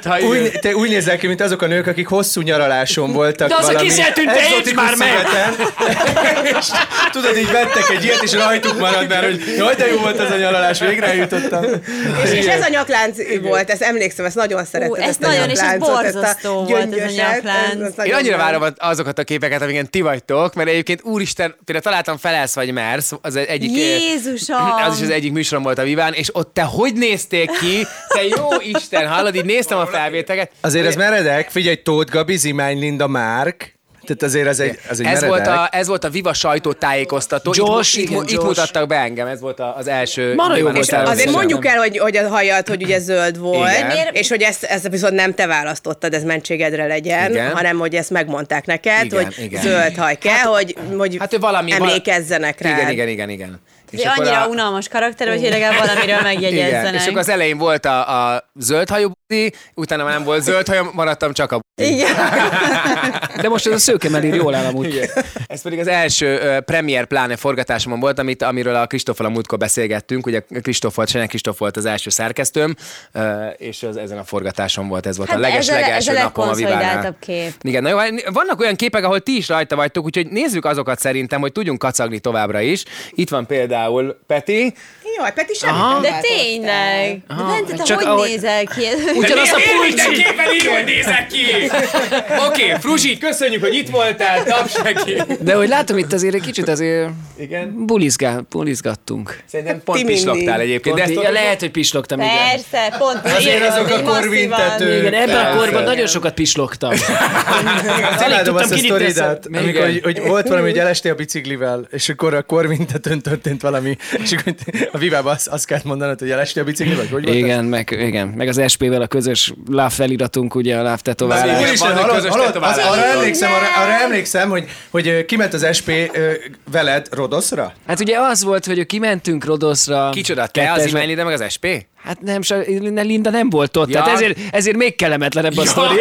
te úgy nézel ki, mint azok a nők, akik hosszú nyaraláson voltak De az, aki valami eltűnt, te egzotikus érts már meg! szigeten. És tudod, így vettek egy ilyet, és rajtuk marad, mert hogy jaj, de jó volt az a nyaralás, végre eljutottam. És ez a nyaklánc volt, ezt emlékszem, ezt nagyon szerettem. Ez nagyon, és ez borzasztó volt ez a nyaklánc. Én annyira várom azokat a képeket, amiket ti vagytok, mert egyébként úristen, például találtam Felelsz vagy Mersz, az egyik... Jézusom! Az is az egyik műsorom volt a Viván, és ott te hogy néztél ki? Te jó Isten, hallod, így néztem a felvételeket. Azért ez meredek, figyelj, Tóth Gabi, Zimány Linda, Márk. Tehát azért ez egy meredek. Ez volt a Viva sajtótájékoztató. Gyors, itt gyors. mutattak be engem, ez volt az első. Mara jó Viván volt osztályos Azért műsorom. mondjuk el, hogy a hajad, hogy ugye zöld volt, Igen. és hogy ezt viszont nem te választottad, ez mentségedre legyen, Igen. hanem hogy ezt megmondták neked, Igen, hogy igen. zöld haj kell, hogy Hát ő valami... emlékezzenek rá. Igen. És annyira unalmas karakter, hogy legalább valamiről megjegyezzenek. Igen, és akkor az elején volt a zöldhajú budi, utána már nem volt zöldhajom, maradtam csak a budi. Igen. De most ez a szőkemelír jól áll amúgy. Igen. Ez pedig az első Premier Pláne forgatásomon volt, amiről a Kristóffal a múltkor beszélgettünk. Ugye Kristóff volt, Senek Kristóff volt az első szerkesztőm, és ezen a forgatáson volt, ez volt a leges-legelső napom a Vivánál. Kép. Igen, na jó, vannak olyan képek, ahol ti is rajta vagytok, úgyhogy nézzük azokat szerintem, hogy tudjunk kacagni továbbra is. Itt van például Peti. Jaj, Peti, semmit nem De változtál. tényleg. De Bence, te Csak hogy ahogy- nézel ki? Ugyanaz a pulcsi! Mindenképpen így hogy nézek ki! Oké, Fruzsi, köszönjük, hogy itt voltál, taps neki! De hogy látom itt azért egy kicsit azért Igen. bulizgattunk. Szerintem pont Ti mindig. pisloktál egyébként. De ezt Ja, lehet, hogy pislogtam, igen. Persze, pont. Azért azok a így korvintetők. Igen, ebben a Persze. korban nagyon sokat pislogtam. Imádom tudtam azt a kinyitni sztoridat, ezt a- amikor Igen. hogy volt valami, hogy elestél a biciklivel, és akkor a korvintetőn történt valami, és akkor a Vivában azt kellett mondanod, hogy elestél a biciklivel, hogy volt Igen, meg az SP-vel a közös láv feliratunk, ugye a láv tetoválás. Igen, van egy közös tetoválás. Arra emlékszem, hogy kiment az SP veled Rodoszra? Hát ugye az volt, hogy kimentünk Rodoszra. Kicsoda, te az kettesbe. Imány de meg az SP? Hát nem, Linda nem volt ott, Ja. tehát ezért még kellemetlenebb a sztori.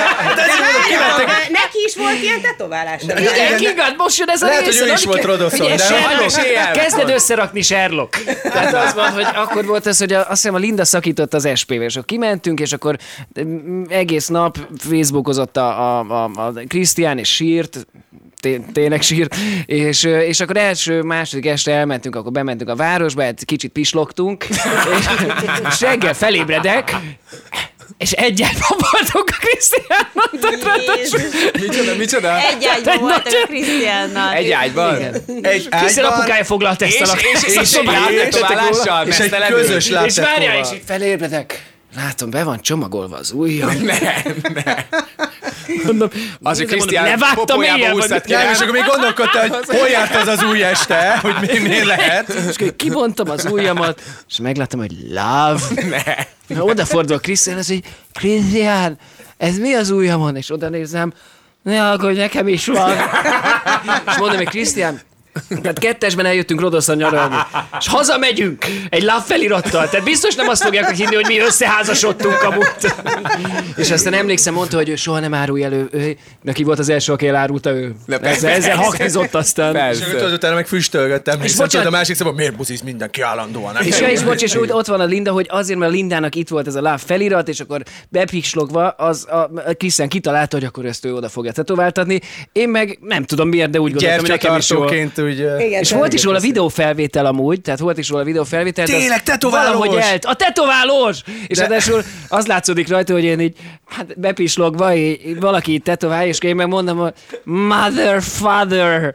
Neki is volt ilyen tetoválása. Igaz, most jön ez a Lehet, rész. hogy ő is volt Rodoszon, Figyelj, de Sherlock, Sherlock. kezded összerakni Sherlock. Tehát az van, hogy akkor volt ez, hogy azt hiszem a Linda szakított az SP-vel, és akkor kimentünk, és akkor egész nap Facebookozott a Krisztián, és sírt, tényleg sír. És akkor második este elmentünk, akkor bementünk a városba, kicsit pislogtunk, és reggel felébredek, és egy ágyban voltunk a Krisztiánnal. Micsoda? Egy ágyban voltak a Krisztiánnal. Egy ágyban? Egy Krisztián apukája foglalt ezt a tetoválással, és egy mesztelenül. közös és várjál, és lábtetóval. így felébredek. Látom, be van csomagolva az ujjam. Nem. Mondom, Az, hogy mondom, Krisztián levágtam popójába éljen, húztad ki. Nem, és akkor még gondolkodtál, hogy hol járt az új este, hogy mi lehet. és akkor kibontam az ujjamat, és megláttam, hogy love. Na, odafordul Krisztián, az, hogy Krisztián, ez mi az ujjamon? És oda nézem, ne aggódj, nekem is van. És mondom, hogy Krisztián, tehát kettesben eljöttünk Rodoszon nyaralni, és hazamegyünk egy love felirattal, tehát biztos nem azt fogják hinni, hogy mi összeházasodtunk amúgy. És aztán emlékszem, mondta, hogy ő soha nem árulj elő, neki volt az első, aki elárulta ő. Ezzel haknizott aztán. És akkor utána meg füstölgettem, és bocsánat- a másik szóval, miért buszísz mindenki állandóan? És ja, és bocs, és ott van a Linda, hogy azért, mert a Lindának itt volt ez a love felirat, és akkor bepislogva a Krisztián kitalálta, hogy akkor ezt ő oda fogja tetováltatni. Én meg nem tudom miért, de úgy gondoltam, hogy nekem is jó. Gyertyatartóként úgy... Igen, És volt is róla videófelvétel amúgy, tehát volt is róla videófelvétel. de az Tényleg, tetoválós! valahogy a tetoválós! És ráadásul az látszódik rajta, hogy én így, hát bepislogva, így valaki így tetoválja, és én meg mondom, hogy mother, father,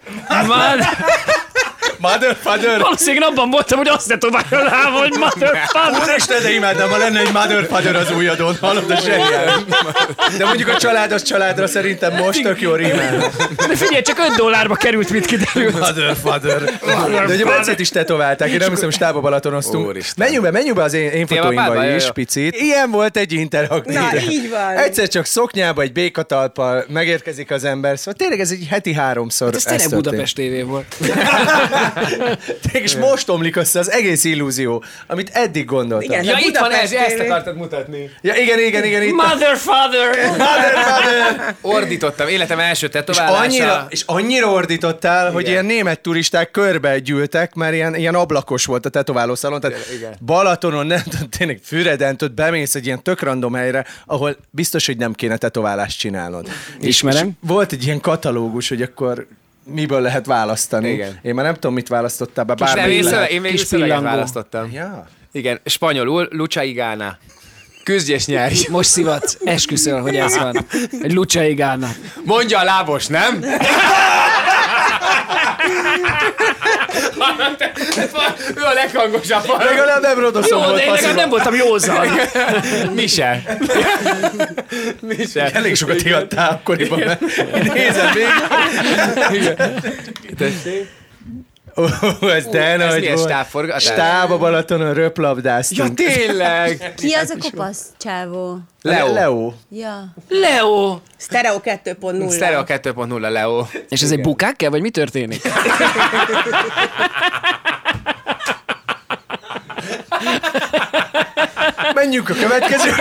Mother, father! valószínűleg abban voltam, hogy azt tetoválja rá, hogy mother, father. Úristen, de imádnám, ha lenne egy mother, father az ujjadon, hallod, a zseniális. De mondjuk a család az családra szerintem most tök jó rímel. De figyelj, csak $5 került, mit kiderült. Mother, father. De ugye Bencét is tetoválták, én nem hiszem, stába Balatonoztunk. Úristen. Menjünk be az én fotóimba Témapádba, is jó. picit. Ilyen volt egy interaktív. Na, így van. Egyszer csak szoknyába, egy békatalppal megérkezik az ember, szóval tényleg ez egy heti 3-szor Ez tényleg történt. Budapest TV volt. És most omlik össze az egész illúzió, amit eddig gondoltam. Igen. Ja, itt van, Budapest ezt TV. akartad mutatni. Ja, igen, itt. Mother, father. Mother. Ordítottam, életem első És tetoválása. annyira ordítottál, hogy ilyen német turisták körbe gyűltek, mert ilyen ablakos volt a tetoválószalon. Tehát Balatonon, nem tudom, tényleg Füreden, tudod, bemész egy ilyen tök random helyre, ahol biztos, hogy nem kéne tetoválást csinálnod. Ismerem. És volt egy ilyen katalógus, hogy akkor miből lehet választani. Igen. Én már nem tudom, mit választottál, bár Nem, bármit én lehet. végül Kis szöveget pillangó. választottam. Ja. Igen, spanyolul, lucha igana. Küzdj és nyerj. Most szivatsz, esküszöl, hogy ez van. Egy lucsaigálna. Mondja a lábos, nem? Ő a leghangosabb. Legalább nem Rodoszon Jó, volt de én legalább passzíva. nem voltam józan. Mise. Elég sokat hiadtál akkoriban, mert nézem még. Ó, ez de ez nagy milyen volt. stábforgatás? Stáb a Balatonon Ja, röplabdáztunk. tényleg. Ki az a kopasz csávó? Leo. Ja. Leo! Stereo 2.0. Stereo 2.0 Leo. És ez egy bukák kell, vagy mi történik? Menjünk a következő.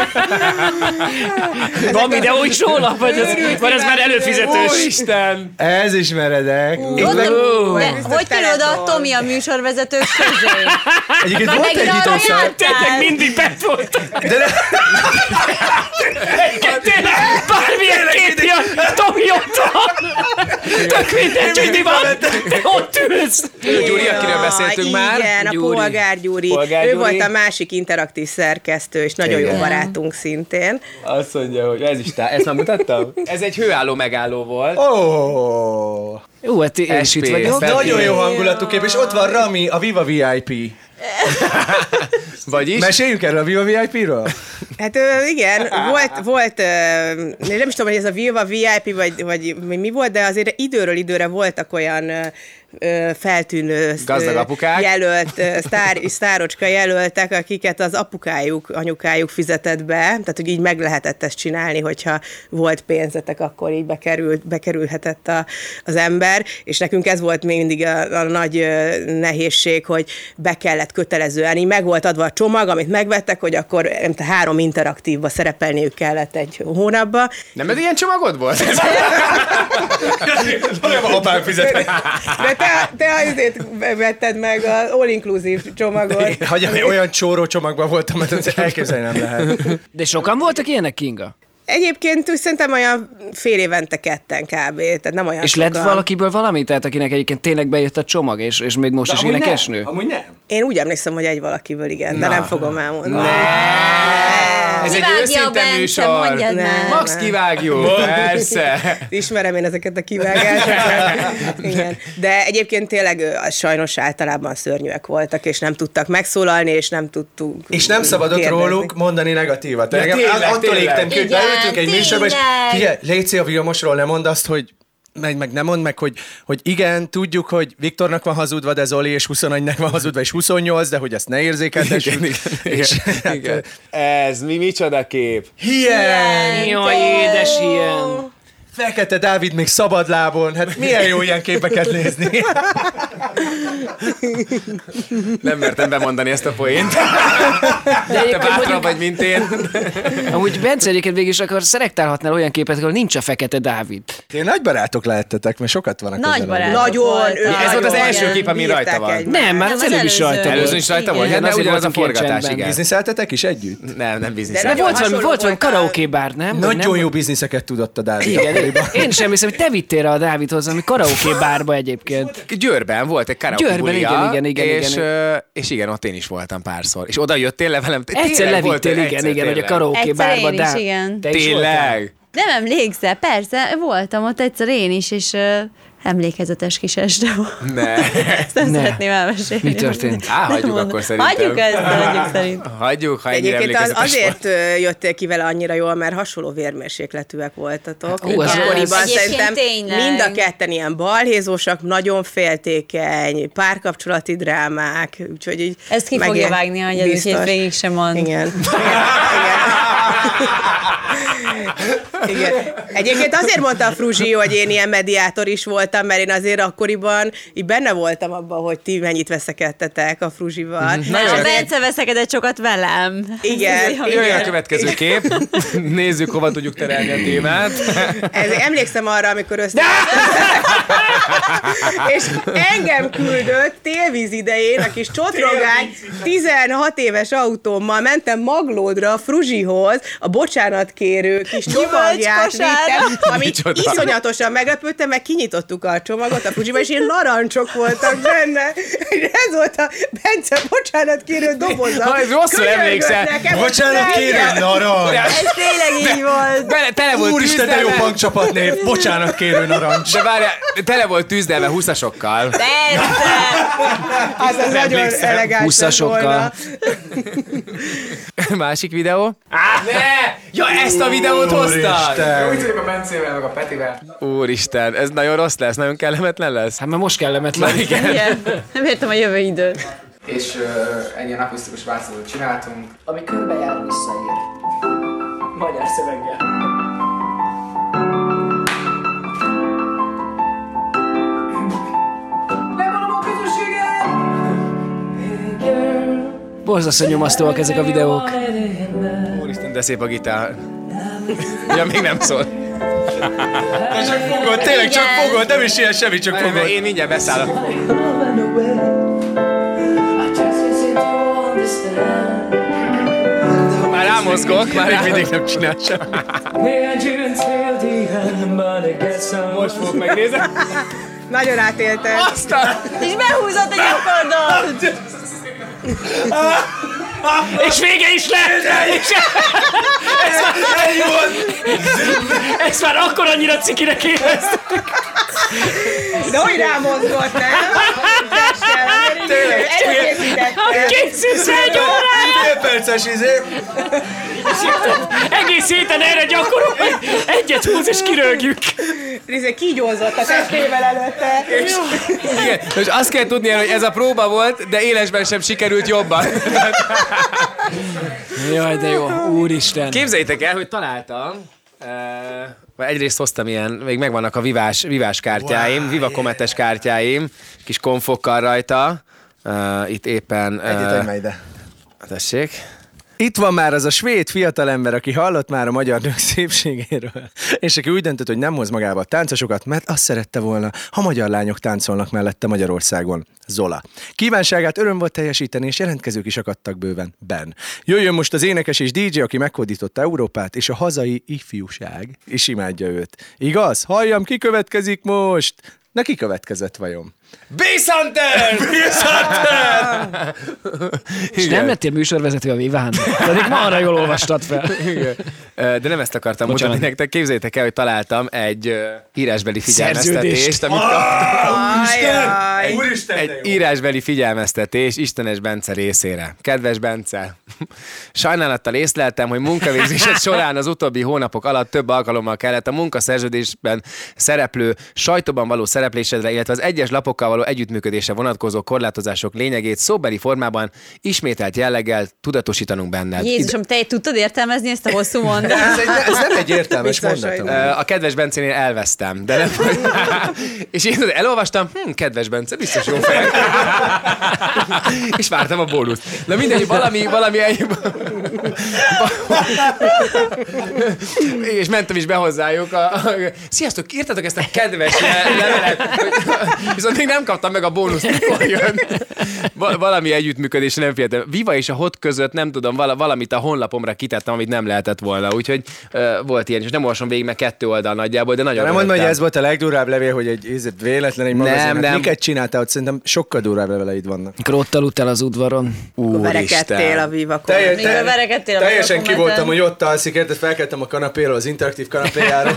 Van videó is róla? Vagy ez már előfizetős? Úristen! Ez ismeredek. Itt Ott, meg, hogy kerül oda a Tomi a műsorvezetők közé? egyébként Már volt egy megint arra időszak. jártál? Tényleg mindig bent volt. De ne, Tényleg, bármilyen kép jön, Tomi ott van. Tök mindegy, hogy mi van. Te ott ülsz. Gyuri, akiről beszéltünk már. Igen, a Gyuri. Polgár Gyuri. Polgár Ő Gyuri. volt a másik interaktív szerkesztő, és nagyon jó Igen. barátunk szintén. Azt mondja, hogy ez is ezt már mutattam? Ez egy hőálló megálló volt. Ó, Jó, hát én is SP. itt vagyok. nagyon jó hangulatú kép, és ott van Rami, a Viva VIP. Vagyis? Meséljünk erről a Viva VIP-ről? Hát igen, volt nem is tudom, hogy ez a Viva VIP, vagy mi volt, de azért időről időre voltak olyan feltűnő Gazdag apukák. jelölt, sztárocska jelöltek, akiket az apukájuk, anyukájuk fizetett be, tehát hogy így meg lehetett ezt csinálni, hogyha volt pénzetek, akkor így bekerülhetett az ember, és nekünk ez volt mindig a nagy nehézség, hogy be kellett kötelezően, így meg volt adva a csomag, amit megvettek, hogy akkor nem tudom, 3 interaktívba szerepelniük kellett egy hónapba. Nem ez ilyen csomagod volt? Apám fizetett. De te azért vetted meg az all-inclusive csomagot. Hagyjam, én olyan csóró csomagban voltam, mert ezt elképzelni nem lehet. De sokan voltak ilyenek, Kinga? Egyébként szerintem olyan fél évente ketten kb. Tehát nem olyan És sokan. lett valakiből valami? Tehát akinek egyébként tényleg bejött a csomag, és még most is énekesnő? Amúgy nem. Én úgy emlékszem, hogy egy valakiből igen, de nem fogom elmondani. Ez egy Kivágja őszinte Bence, műsor. mondjad már. Max kivágjuk, persze. Ismerem én ezeket a kivágásokat. Igen. De egyébként tényleg sajnos általában szörnyűek voltak, és nem tudtak megszólalni, és nem tudtunk És nem szabadott kérdezni. róluk mondani negatívat. Ja, tényleg, Attól tényleg. égtem ki, hogy Igen, beültünk egy műsorba, és tényleg. figyelj, Léci, a Vilmosról nem mondd azt, hogy meg nem mondd meg, hogy igen, tudjuk, hogy Viktornak van hazudva, de Zoli, és 21-nek van hazudva, és 28, de hogy ezt ne érzékeltessük. Igen. Ez micsoda kép? Hiány! Jaj, édes ilyen. Fekete Dávid még szabadlábon, hát milyen jó ilyen képeket nézni. Nem mertem bemondani ezt a poént. De Te bátrabb vagy, mint én. Amúgy Bence egyébként végig is akar szelektálhatnál olyan képet, ahol nincs a Fekete Dávid. Én nagy barátok lehettetek, mert sokat van a Nagy közelben. barátok Nagyon, voltak. Ez volt az nagyon. első kép, ami Bírták rajta van. egymást. Nem, már Nem, az az előbb is előző. rajta volt. Előző is rajta volt? Igen, Hát azért ugyanaz a voltunk ilyen forgatás, csendben. igen. Bizniszeltetek is együtt? Nem biznisz. De De nagyon volt hasonló valami voltál. karaoke bár, nem? Nagyon nem? jó bizniszeket tudott a Dávid. Igen, akkoriban. én sem hiszem, hogy te vittél rá a Dávidhoz, ami karaoke bárba egyébként. Győrben volt egy karaoke Győrben, bulia, igen, és igen, ott én is voltam párszor. És oda jöttél le velem? Egyszer Tényleg voltál? levittél, igen, Egyszer, hogy a tényleg. karaoke Egyszer bárba. én is, igen. Te is voltál? Tényleg? Nem emlékszel, persze, voltam ott egyszer én is, és emlékezetes kis este volt. Ne. Ezt nem szeretném elmesélni. Mi történt? Hagyjuk akkor szerintem. Hagyjuk ezt, hagyjuk szerint. Hagyjuk, ha ennyire Egyébként emlékezetes azért jöttél ki vele annyira jól, mert hasonló vérmérsékletűek voltatok. Ó, az- Akkoriban Egyébként szerintem tényleg. mind a ketten ilyen balhézósak, nagyon féltékeny, párkapcsolati drámák, úgyhogy így Ezt ki fogja megint vágni, hogy ez is biztos. végig sem mond. Igen. Igen. Egyébként azért mondta a Fruzsi, hogy én ilyen mediátor is voltam, mert én azért akkoriban így benne voltam abban, hogy ti mennyit veszekedtetek a Fruzsival. Nem, a Bence veszekedett sokat velem. Igen. Jöjjön a következő kép. Nézzük, hova tudjuk terelni a témát. Emlékszem arra, amikor és engem küldött télvíz idején, a kis csotrogány 16 éves autómmal mentem Maglódra a Fruzsihoz, a bocsánatkérő kis csomagját vittem, ami Micsoda. iszonyatosan meglepődtem, mert kinyitottuk a csomagot a Fruzsiba, és én narancsok voltak benne. És ez volt a Bence bocsánatkérő doboza. Ha, ez rosszul Könyörgött emlékszel. nekem, Bocsánat, hogy kérem, narancs! Ez tényleg így volt. Tele volt Úristen, de jó tűzdelve. bankcsapatnév! Bocsánat, kérő narancs! De várjál, tele volt tűzdelve húszasokkal. Persze. az nagyon emlékszem. elegáns lett volna. Másik videó. Ne! Ja, ezt a videót hoztad! Úristen. Úgy tudjuk a Bencével, meg a Petivel. Úristen, ez nagyon rossz lesz, nagyon kellemetlen lesz. Hát már most kellemetlen. Igen. Igen. Nem értem a jövő időt. És egy ilyen akusztikus változatot csináltunk. Ami körbejár, visszaér. Magyar szöveggel. Borzasztó nyomasztóak ezek a videók. Úristen, de szép a gitár. Ja, még nem szól. Te csak fogod, tényleg csak Igen. fogod, nem is ilyen semmi, csak fogod. Én mindjárt beszállok. Már rámozgok, már Még mindig nem csinál sem. most fogok megnézni. Nagyon átélted. Aztán! És behúzott a nyakordot. És vége is lett! És ezt már akkor annyira cikinek éreztem. De hogy rámozgott, nem? Tényleg. Készülsz egy órája! Fél perces izé. Egész héten erre gyakorol, hogy egyet húz és kirögjük. Kígyózott a testével előtte. Igen, most azt kell tudni, hogy ez a próba volt, de élesben sem sikerült jobban. Jaj, de jó, úristen. Képzeljétek el, hogy találtam. Egyrészt hoztam ilyen, még megvannak a vivás kártyáim, Viva Kometes kártyáim, kis konfokkal rajta. Itt éppen... Egyet adj már ide. Tessék. Itt van már az a svéd fiatalember, aki hallott már a magyar nők szépségéről, és aki úgy döntött, hogy nem hoz magába a táncosokat, mert azt szerette volna, ha magyar lányok táncolnak mellette Magyarországon. Zola. Kívánságát öröm volt teljesíteni, és jelentkezők is akadtak bőven. Ben. Jöjjön most az énekes és DJ, aki meghódította Európát, és a hazai ifjúság is imádja őt. Igaz? Halljam, ki következik most? Na, ki következett vajon? Bészanter! És nem lettél műsorvezető a Viván? Pedig ma arra jól olvastad fel. De nem ezt akartam mutatni nektek. Képzeljétek el, hogy találtam egy írásbeli figyelmeztetést, amit egy írásbeli figyelmeztetés Istenes Bence részére. Kedves Bence, sajnálattal észleltem, hogy munkavégzésed során az utóbbi hónapok alatt több alkalommal kellett a munkaszerződésben szereplő sajtóban való szereplésedre, illetve az egyes lapokkal való együttműködésre vonatkozó korlátozások lényegét szóbeli formában ismételt jelleggel tudatosítanunk benned. Jézusom, te tudtad értelmezni ezt a hosszú mondatot? Ez nem egy értelmes mondat. A kedves Bencénél elvesztem, de nem. És én elolvastam, kedves Bence, biztos jó fej. És vártam a bónuszt. Na mindegy, valami és mentem is be hozzájuk. Sziasztok, írtatok ezt a kedves levelet, viszont még nem kaptam meg a bónuszt, mikor jön. Valami együttműködés, nem figyeltem. Viva és a Hot között nem tudom, valamit a honlapomra kitettem, amit nem lehetett volna. Úgyhogy volt ilyen, és nem olvasom végig, mert 2 oldal nagyjából, de nagyon. Nem mondd, hogy ez volt a legdurvább levél, hogy egy véletlen egy magazinnak. Nem. Miket csináltál, hogy szerintem sokkal durvább leveleid vannak. Akkor aludtál az udvaron. Verekedtél a Vivakon. Teljesen ki voltam, hogy ott alszik, érted, felkeltem a kanapéról, az interaktív kanapéjáról.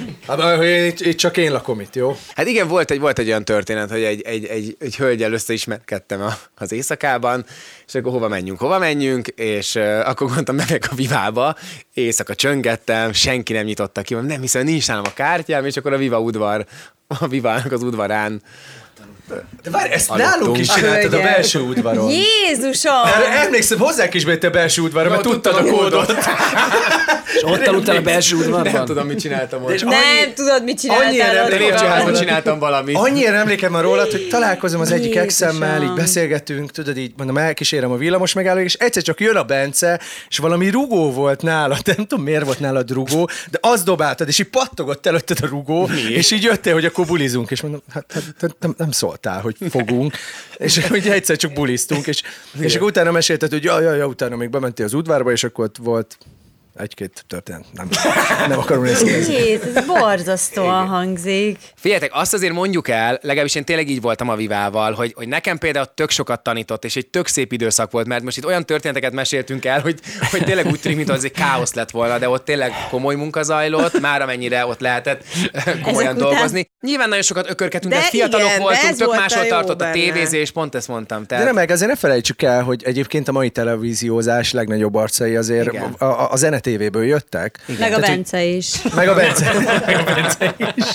Itt csak én lakom itt, jó? Hát igen, volt egy olyan történet, hogy egy hölgyel összeismerkedtem az éjszakában, és akkor hova menjünk, és akkor gondoltam, megyek a Vivába, éjszaka csöngettem, senki nem nyitotta ki, nem hiszem, nincs nálam a kártyám, és akkor a Vivának az udvarán. De várj, ezt nálunk is csináltad a belső udvaron. Jézusom! Emlékszem, hozzák is be a belső udvarra, mert tudtad a kódot. És ott aludtál a belső udvarban? Nem tudom, mit csináltam ott. Nem tudod, mit csináltál. De lépcsőházban csináltam valamit. Annyira emlékem van rólad, hogy találkozom az egyik exemmel, így beszélgetünk, tudod, így mondom, elkísérem a villamos megállóig, és egyszer csak jön a Bence, és valami rugó volt nálad, nem tudom, miért volt nálad rugó, de azt dobáltad, és így pattogott előtted a rugó, és így jöttél, hogy akkor bulizunk, és mondom, hát nem szóltál, hogy fogunk, és ugye egyszer csak buliztunk, és akkor utána mesélted, hogy ja, utána még bementél az udvarba, és akkor ott volt egy-két történet. Nem akarom részletezni. Ez borzasztóan hangzik. Figyeljetek, azt azért mondjuk el, legalábbis én tényleg így voltam a Vivával, hogy nekem például tök sokat tanított, és egy tök szép időszak volt, mert most itt olyan történeteket meséltünk el, hogy tényleg úgy tűnik, mintha az egy káosz lett volna, de ott tényleg komoly munka zajlott, már amennyire ott lehetett komolyan dolgozni. Nyilván nagyon sokat ökörkedtünk, de fiatalok voltunk, tök máshol tartott a tévézés, pont ezt mondtam. Tehát... De nem, meg azért ne felejtsük el, hogy egyébként a mai televíziózás legnagyobb arcai azért a Zene TV-ből jöttek. Igen. Meg a Bence is. Meg a Bence is.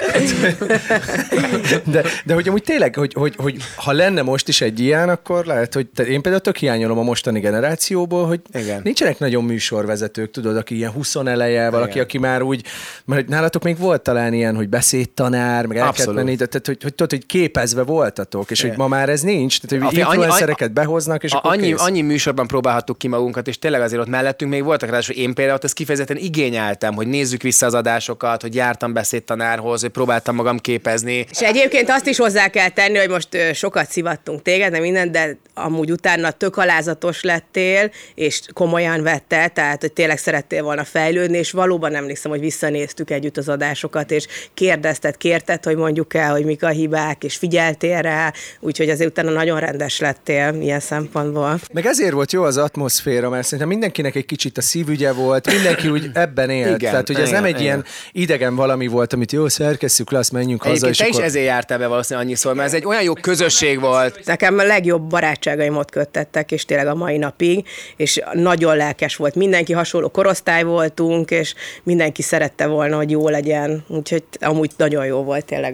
De hogy amúgy tényleg, hogy ha lenne most is egy ilyen, akkor lehet, hogy én például tök hiányolom a mostani generációból, hogy nincsenek nagyon műsorvezetők, tudod, aki ilyen 20 eleje, valaki, aki már úgy, mert nálatok még volt talán ilyen, hogy beszédtanár, meg el kellett menni, tehát hogy tudod, hogy képezve voltatok, és hogy ma már ez nincs, tehát hogy influencereket behoznak, és akkor annyi műsorban próbálhattuk ki magunkat, és tényleg azért ott mellettünk még voltak rá, én például ezt kifejezetten igényeltem, hogy nézzük vissza az adásokat, hogy jártam beszédtanárhoz, hogy próbáltam magam képezni. És egyébként azt is hozzá kell tenni, hogy most sokat szivattunk téged, de minden, de amúgy utána tök alázatos lettél, és komolyan vetted, tehát hogy tényleg szerettél volna fejlődni, és valóban emlékszem, hogy visszanéztük együtt az adásokat, és kérted, hogy mondjuk el, hogy mik a hibák, és figyeltél rá, úgyhogy azért utána nagyon rendes lettél ilyen szempontból. Meg ezért volt jó az atmoszféra, mert szerintem mindenkinek egy kicsit a szívügye volt, mindenki úgy ebben élt. Igen, tehát, hogy ez nem egy ilyen idegen valami volt, amit jó, szerkesszük le, azt menjünk haza. És te is ezért jártál be valószínűleg annyiszor, mert ez egy olyan jó közösség volt. Nekem a legjobb barátságaim ott köttettek, és tényleg a mai napig, és nagyon lelkes volt. Mindenki hasonló korosztály voltunk, és mindenki szerette volna, hogy jó legyen. Úgyhogy amúgy nagyon jó volt tényleg a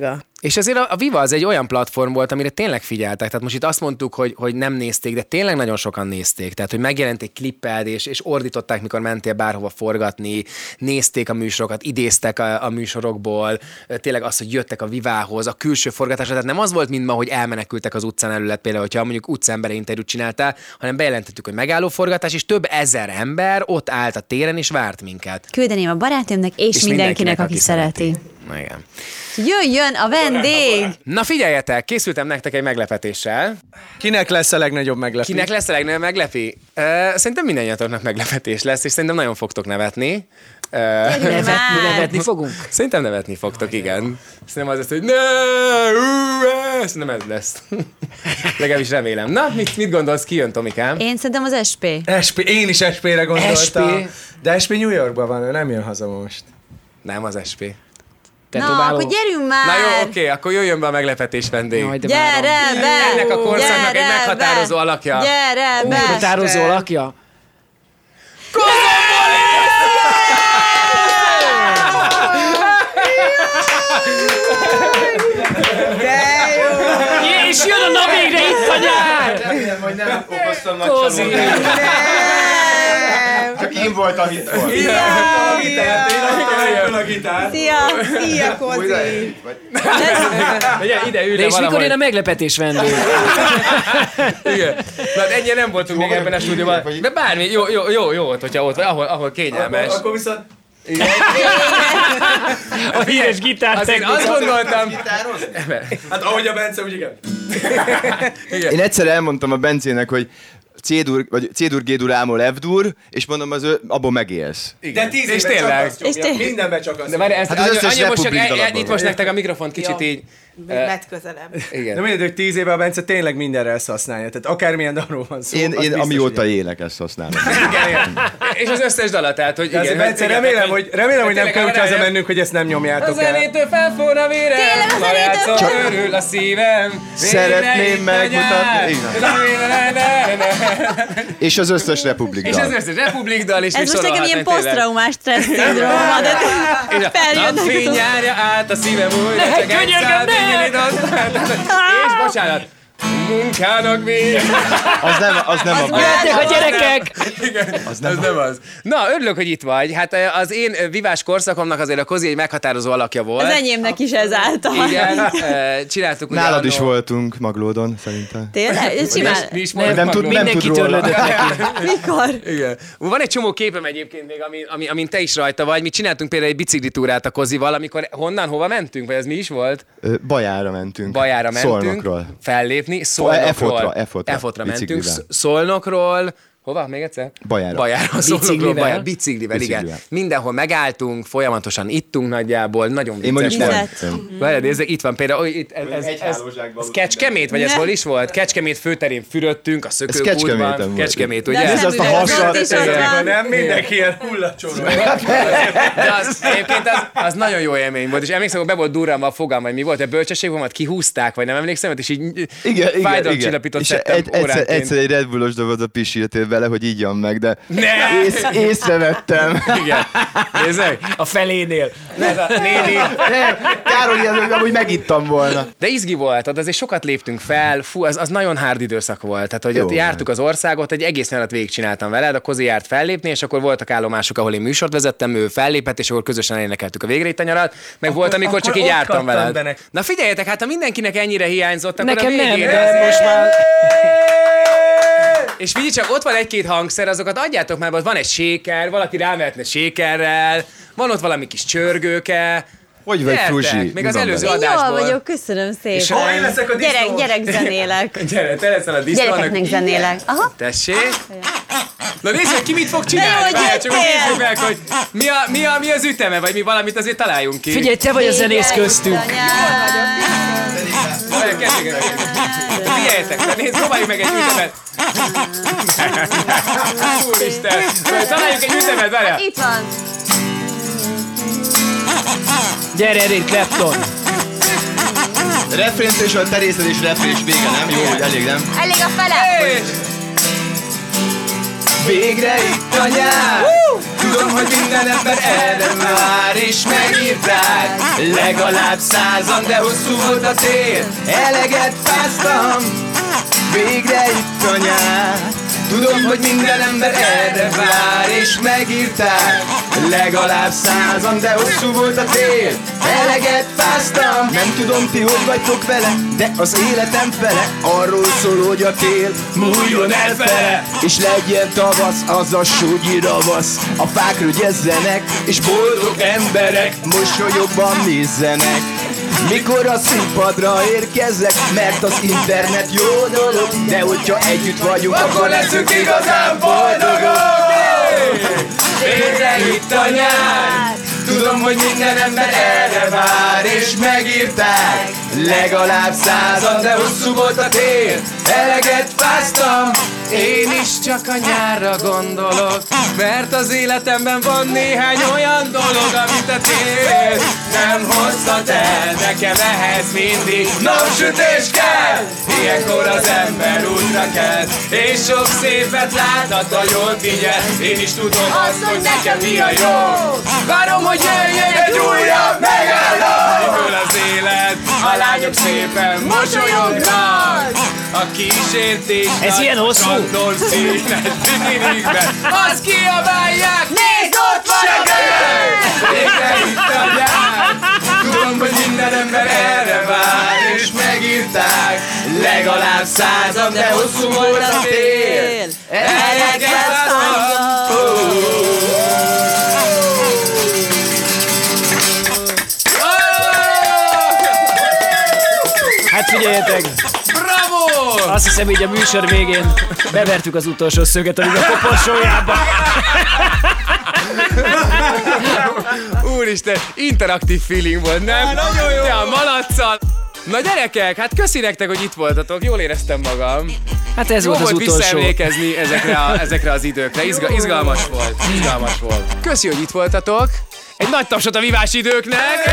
És azért a Viva az egy olyan platform volt, amire tényleg figyeltek. Tehát most itt azt mondtuk, hogy nem nézték, de tényleg nagyon sokan nézték. Tehát, hogy megjelent egy klipped, és ordították, mikor mentél bárhova forgatni, nézték a műsorokat, idéztek a műsorokból, tényleg az, hogy jöttek a Vivához, a külső forgatásra. Tehát nem az volt, mint ma, hogy elmenekültek az utcán előtt, például, hogyha mondjuk utcaembere interjút csináltál, hanem bejelentettük, hogy megálló forgatás, és több ezer ember ott állt a téren, és várt minket. Küldeném a barátomnak, és mindenkinek, aki szereti. Igen. Jöjjön a vendég! Na figyeljetek, készültem nektek egy meglepetéssel. Kinek lesz a legnagyobb meglepetés? Kinek lesz a legnagyobb meglepi? Szerintem mindannyiatoknak meglepetés lesz, és szerintem nagyon fogtok nevetni. Nevetni fogunk? Szerintem nevetni fogtok, igen. Szerintem az lesz, hogy szerintem ez lesz. Legalábbis remélem. Na, mit gondolsz, ki jön, Tomikám? Én szerintem az SP. Én is SP-re gondoltam. SP? De SP New Yorkban van, ő nem jön haza most. Nem az SP. Na, akkor gyerünk már! Na jó, oké, akkor jöjjön be a meglepetés vendég. Jaj, de Gyere be! Ennek a korszaknak egy Gyere meghatározó be! alakja. Gyere be! Meghatározó alakja? És jön a nap végre, itt a nyár! Remélem, hogy nem okoztam nagy Kozi. csalódást. Csak én voltam itt volt. Szia, Kozi! Ide ülj De le és mikor valahogy. jön a meglepetés vendég? Igen. Na, hát ennyire nem voltunk még ebben a stúdióban. De bármi, jó, hogyha ott vagy, ahol kényelmes. Akkor viszont... A híres gitár. Azért azt gondoltam... Hát ahogy a Bence, úgy igen. Én egyszer elmondtam a Bencének, hogy C-dur, G-dur, A-mol, F-dur, és mondom, abból megélsz. De 10 És éve tényleg. csak azt nyomja, mindenben csak azt De várj, ezt Hát az összes annyi most csak Republik dalabban itt most van. nektek a mikrofon kicsit így... Vedd közelebb. Igen. De mindegy, hogy 10 éve a Bence tényleg mindenre ezt használja. Tehát akármilyen dalról van szó. Én az biztos, amióta hogy- élek, ezt használom. Igen. És az összes dala, tehát, hogy De azért, Bence, remélem, hogy nem kell úgy hazamennünk, hogy ezt nem A nyomjátok el. zenétől felforr a vérem, Tényleg a ma zenétől? játszom, örül a szívem. Szeretném megmutatni. És az összes Republik És az dal. összes Republik dal, és Ez most nekem ilyen posztraumás stressz szindróma, de És a feljönnek. napfény járja át a szívem újra, Ne, csak egy könyörgöm, szál ne! végén és bocsánat, munkának vége. Az nem a Jöttek a gyerekek! Igen, az nem az. Na, örülök, hogy itt vagy. Hát az én vivás korszakomnak azért a Kozi egy meghatározó alakja volt. Az enyémnek is ezáltal. Igen, csináltuk ugye Nálad is annó- voltunk Maglódon, szerintem. Tényleg? Ez simán. Mi is Nem voltunk tud Maglódon. Mindenki róla. törlődött neki. Mikor? Igen. Van egy csomó képem egyébként még, amin te is rajta vagy. Mi csináltunk például egy biciklitúrát a Kozival, amikor hova mentünk? Vagy ez mi is volt? Bajára mentünk. Bajára mentünk. Szolnokról. Fellépni. Efotra, mentünk. biciklivel. Szolnokról. Hova? Még egyszer? Bajára. Szolnokról, Biciklivel? biciklivel, igen. Biciklivel. Mindenhol megálltunk, folyamatosan ittunk nagyjából, nagyon Én vicces mondjuk volt. nem. Várjad, nézzük, itt van például, ez Kecskemét, vagy ez hol is volt? Kecskemét főterén fürödtünk, a Kecskeméten szökőkútban. volt. Kecskemét, De ugye? ez azt a nem hasad- üres, ott is ott van. Nem mindenki ilyen hullacsoró. De egyébként az nagyon jó élmény volt, és emlékszem, hogy be volt durrálva a fogam, vagy mi volt, a bölcsességvonalat kihúzták, vagy nem emlékszem, és így Igen. fájdalomcsillapítót És szedtem óránként. egyszer egy Red Bullos dobozba pisíltél vele, hogy így jön meg, de Ne! észrevettem. Igen. Nézd meg. A felénél. Ez a néni. Nem, kár, hogy amúgy megittam volna. De izgi volt, ott azért sokat léptünk fel, fú, az nagyon hard időszak volt. Tehát, hogy Jó ott jártuk az országot, egy egész nyarat végigcsináltam veled, a Kozi járt fellépni, és akkor voltak állomások, ahol én műsort vezettem, ő fellépett, és akkor közösen énekeltük a Végre itt a nyarat, meg volt, amikor csak akkor így ott jártam kaptam veled. be Na figyeljetek, hát ha mindenkinek ennyire hiányzott, akkor Nekem a nem, végére de azért- most már... És figyelj csak, ott van egy-két hangszer, azokat adjátok már, ott van egy séker, valaki rámehetne sékerrel, van ott valami kis csörgőke. Hogy vagy, Gyertek, Fruzsi? még Mi az van előző veled? Én jól adásból. vagyok, köszönöm És szépen. én leszek a disznó. Gyerekzenélek. Gyere, te leszel a disznó. Gyerekeknek zenélek. Aha. Tessék. Na nézd, hogy ki mit fog De csinálni. jó, hogy Várjál, csak hogy jöttél. nézzük meg, hogy mi az üteme, vagy mi valamit azért találjunk ki. Figyelj, te vagy a zenész köztünk. Várjál, kezdjük. Figyeljetek, nézd, próbáljuk meg egy ütemet. Úristen. Találjuk egy ütemet, várjál. Itt van. Gyere, Eric Clapton. Refrént és a terészed és refrén és vége, nem? Jó, hogy elég, nem? Elég a fele. És Végre itt a nyár! Tudom, hogy minden ember erre már is megírták. Legalább 100-an, de hosszú volt a tél. Eleget fáztam, végre itt a nyár. Tudom, hogy minden ember erre vár, és megírták. Legalább 100-an, de hosszú volt a tél. Eleget fáztam, nem tudom ti hogy vagytok vele, de az életem fele arról szól, hogy a tél múljon el fele. És legyen tavasz, azaz sógyi ravasz. A fák rögyezzenek, és boldog emberek mosolyogban nézzenek. Mikor a színpadra érkezek, mert az internet jó dolog, de hogyha együtt vagyunk, akkor leszünk igazán boldogok. Végre itt a nyár, tudom, hogy minden ember erre vár, és megírták. Legalább 100-an, de hosszú volt a tél. Eleget fáztam, én is csak a nyárra gondolok, mert az életemben van néhány olyan dolog, amit a tél nem hozhat el. Nekem ehhez mindig napsütés kell, ilyenkor az ember útra kell, és sok szépet láthat, a jól figyel. Én is tudom azt, hogy nekem mi a jó. Várom, hogy jöjjön egy újabb megálló, amiből az élet, a lányok szépen mosolyognak. A kísértés ez ilyen hosszú? színes bikinikben, azt kiabálják, nézd, ott van a tél! Végre itt a nyár, tudom, hogy minden ember erre vár, és megírták. Legalább 100-an, de hosszú volt a tél. Eleget Hát figyeljetek! Bravo! Azt hiszem, így a műsor végén bevertük az utolsó szöget, amíg a koporsójába. Úristen, interaktív feeling volt, nem? Nagyon jó! Ja, malaccal! Na gyerekek, hát köszi nektek, hogy itt voltatok, jól éreztem magam. Hát ez jó volt az utolsó. visszaemlékezni ezekre az időkre, izgalmas volt. Köszi, hogy itt voltatok. Egy nagy tapsot a vívás időknek!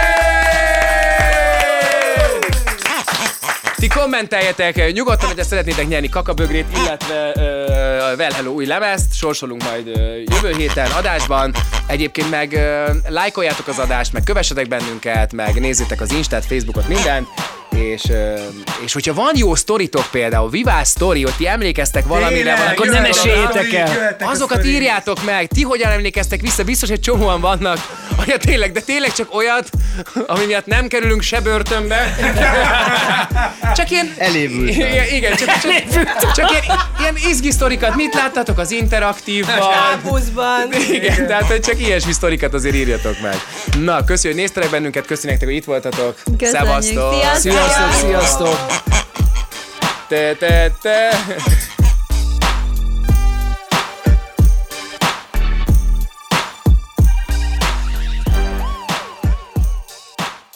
Ti kommenteljetek nyugodtan, hogy szeretnétek nyerni kakabögrét, illetve Well Hello új lemezt, sorsolunk majd jövő héten adásban. Egyébként meg lájkoljátok az adást, meg kövessetek bennünket, meg nézzétek az Instát, Facebookot, mindent. És hogyha van jó sztoritok például, vivás sztori, hogy ti emlékeztek valamire, akkor nem esélyétek el. Azokat írjátok meg, ti hogyan emlékeztek vissza, biztos egy csomóan vannak, hogy tényleg csak olyat, ami miatt nem kerülünk se börtönbe. Csak ilyen... Elévült. Igen, csak ilyen izgi sztorikat. Mit láttatok az interaktívban? Buszban. Igen, tehát csak ilyesmi sztorikat azért írjatok meg. Na, köszi, hogy néztetek bennünket, köszi nektek, hogy itt voltatok. Szevasztok! Sziasztok! Te.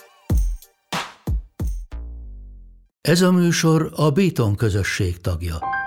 Ez a műsor a Béton közösség tagja.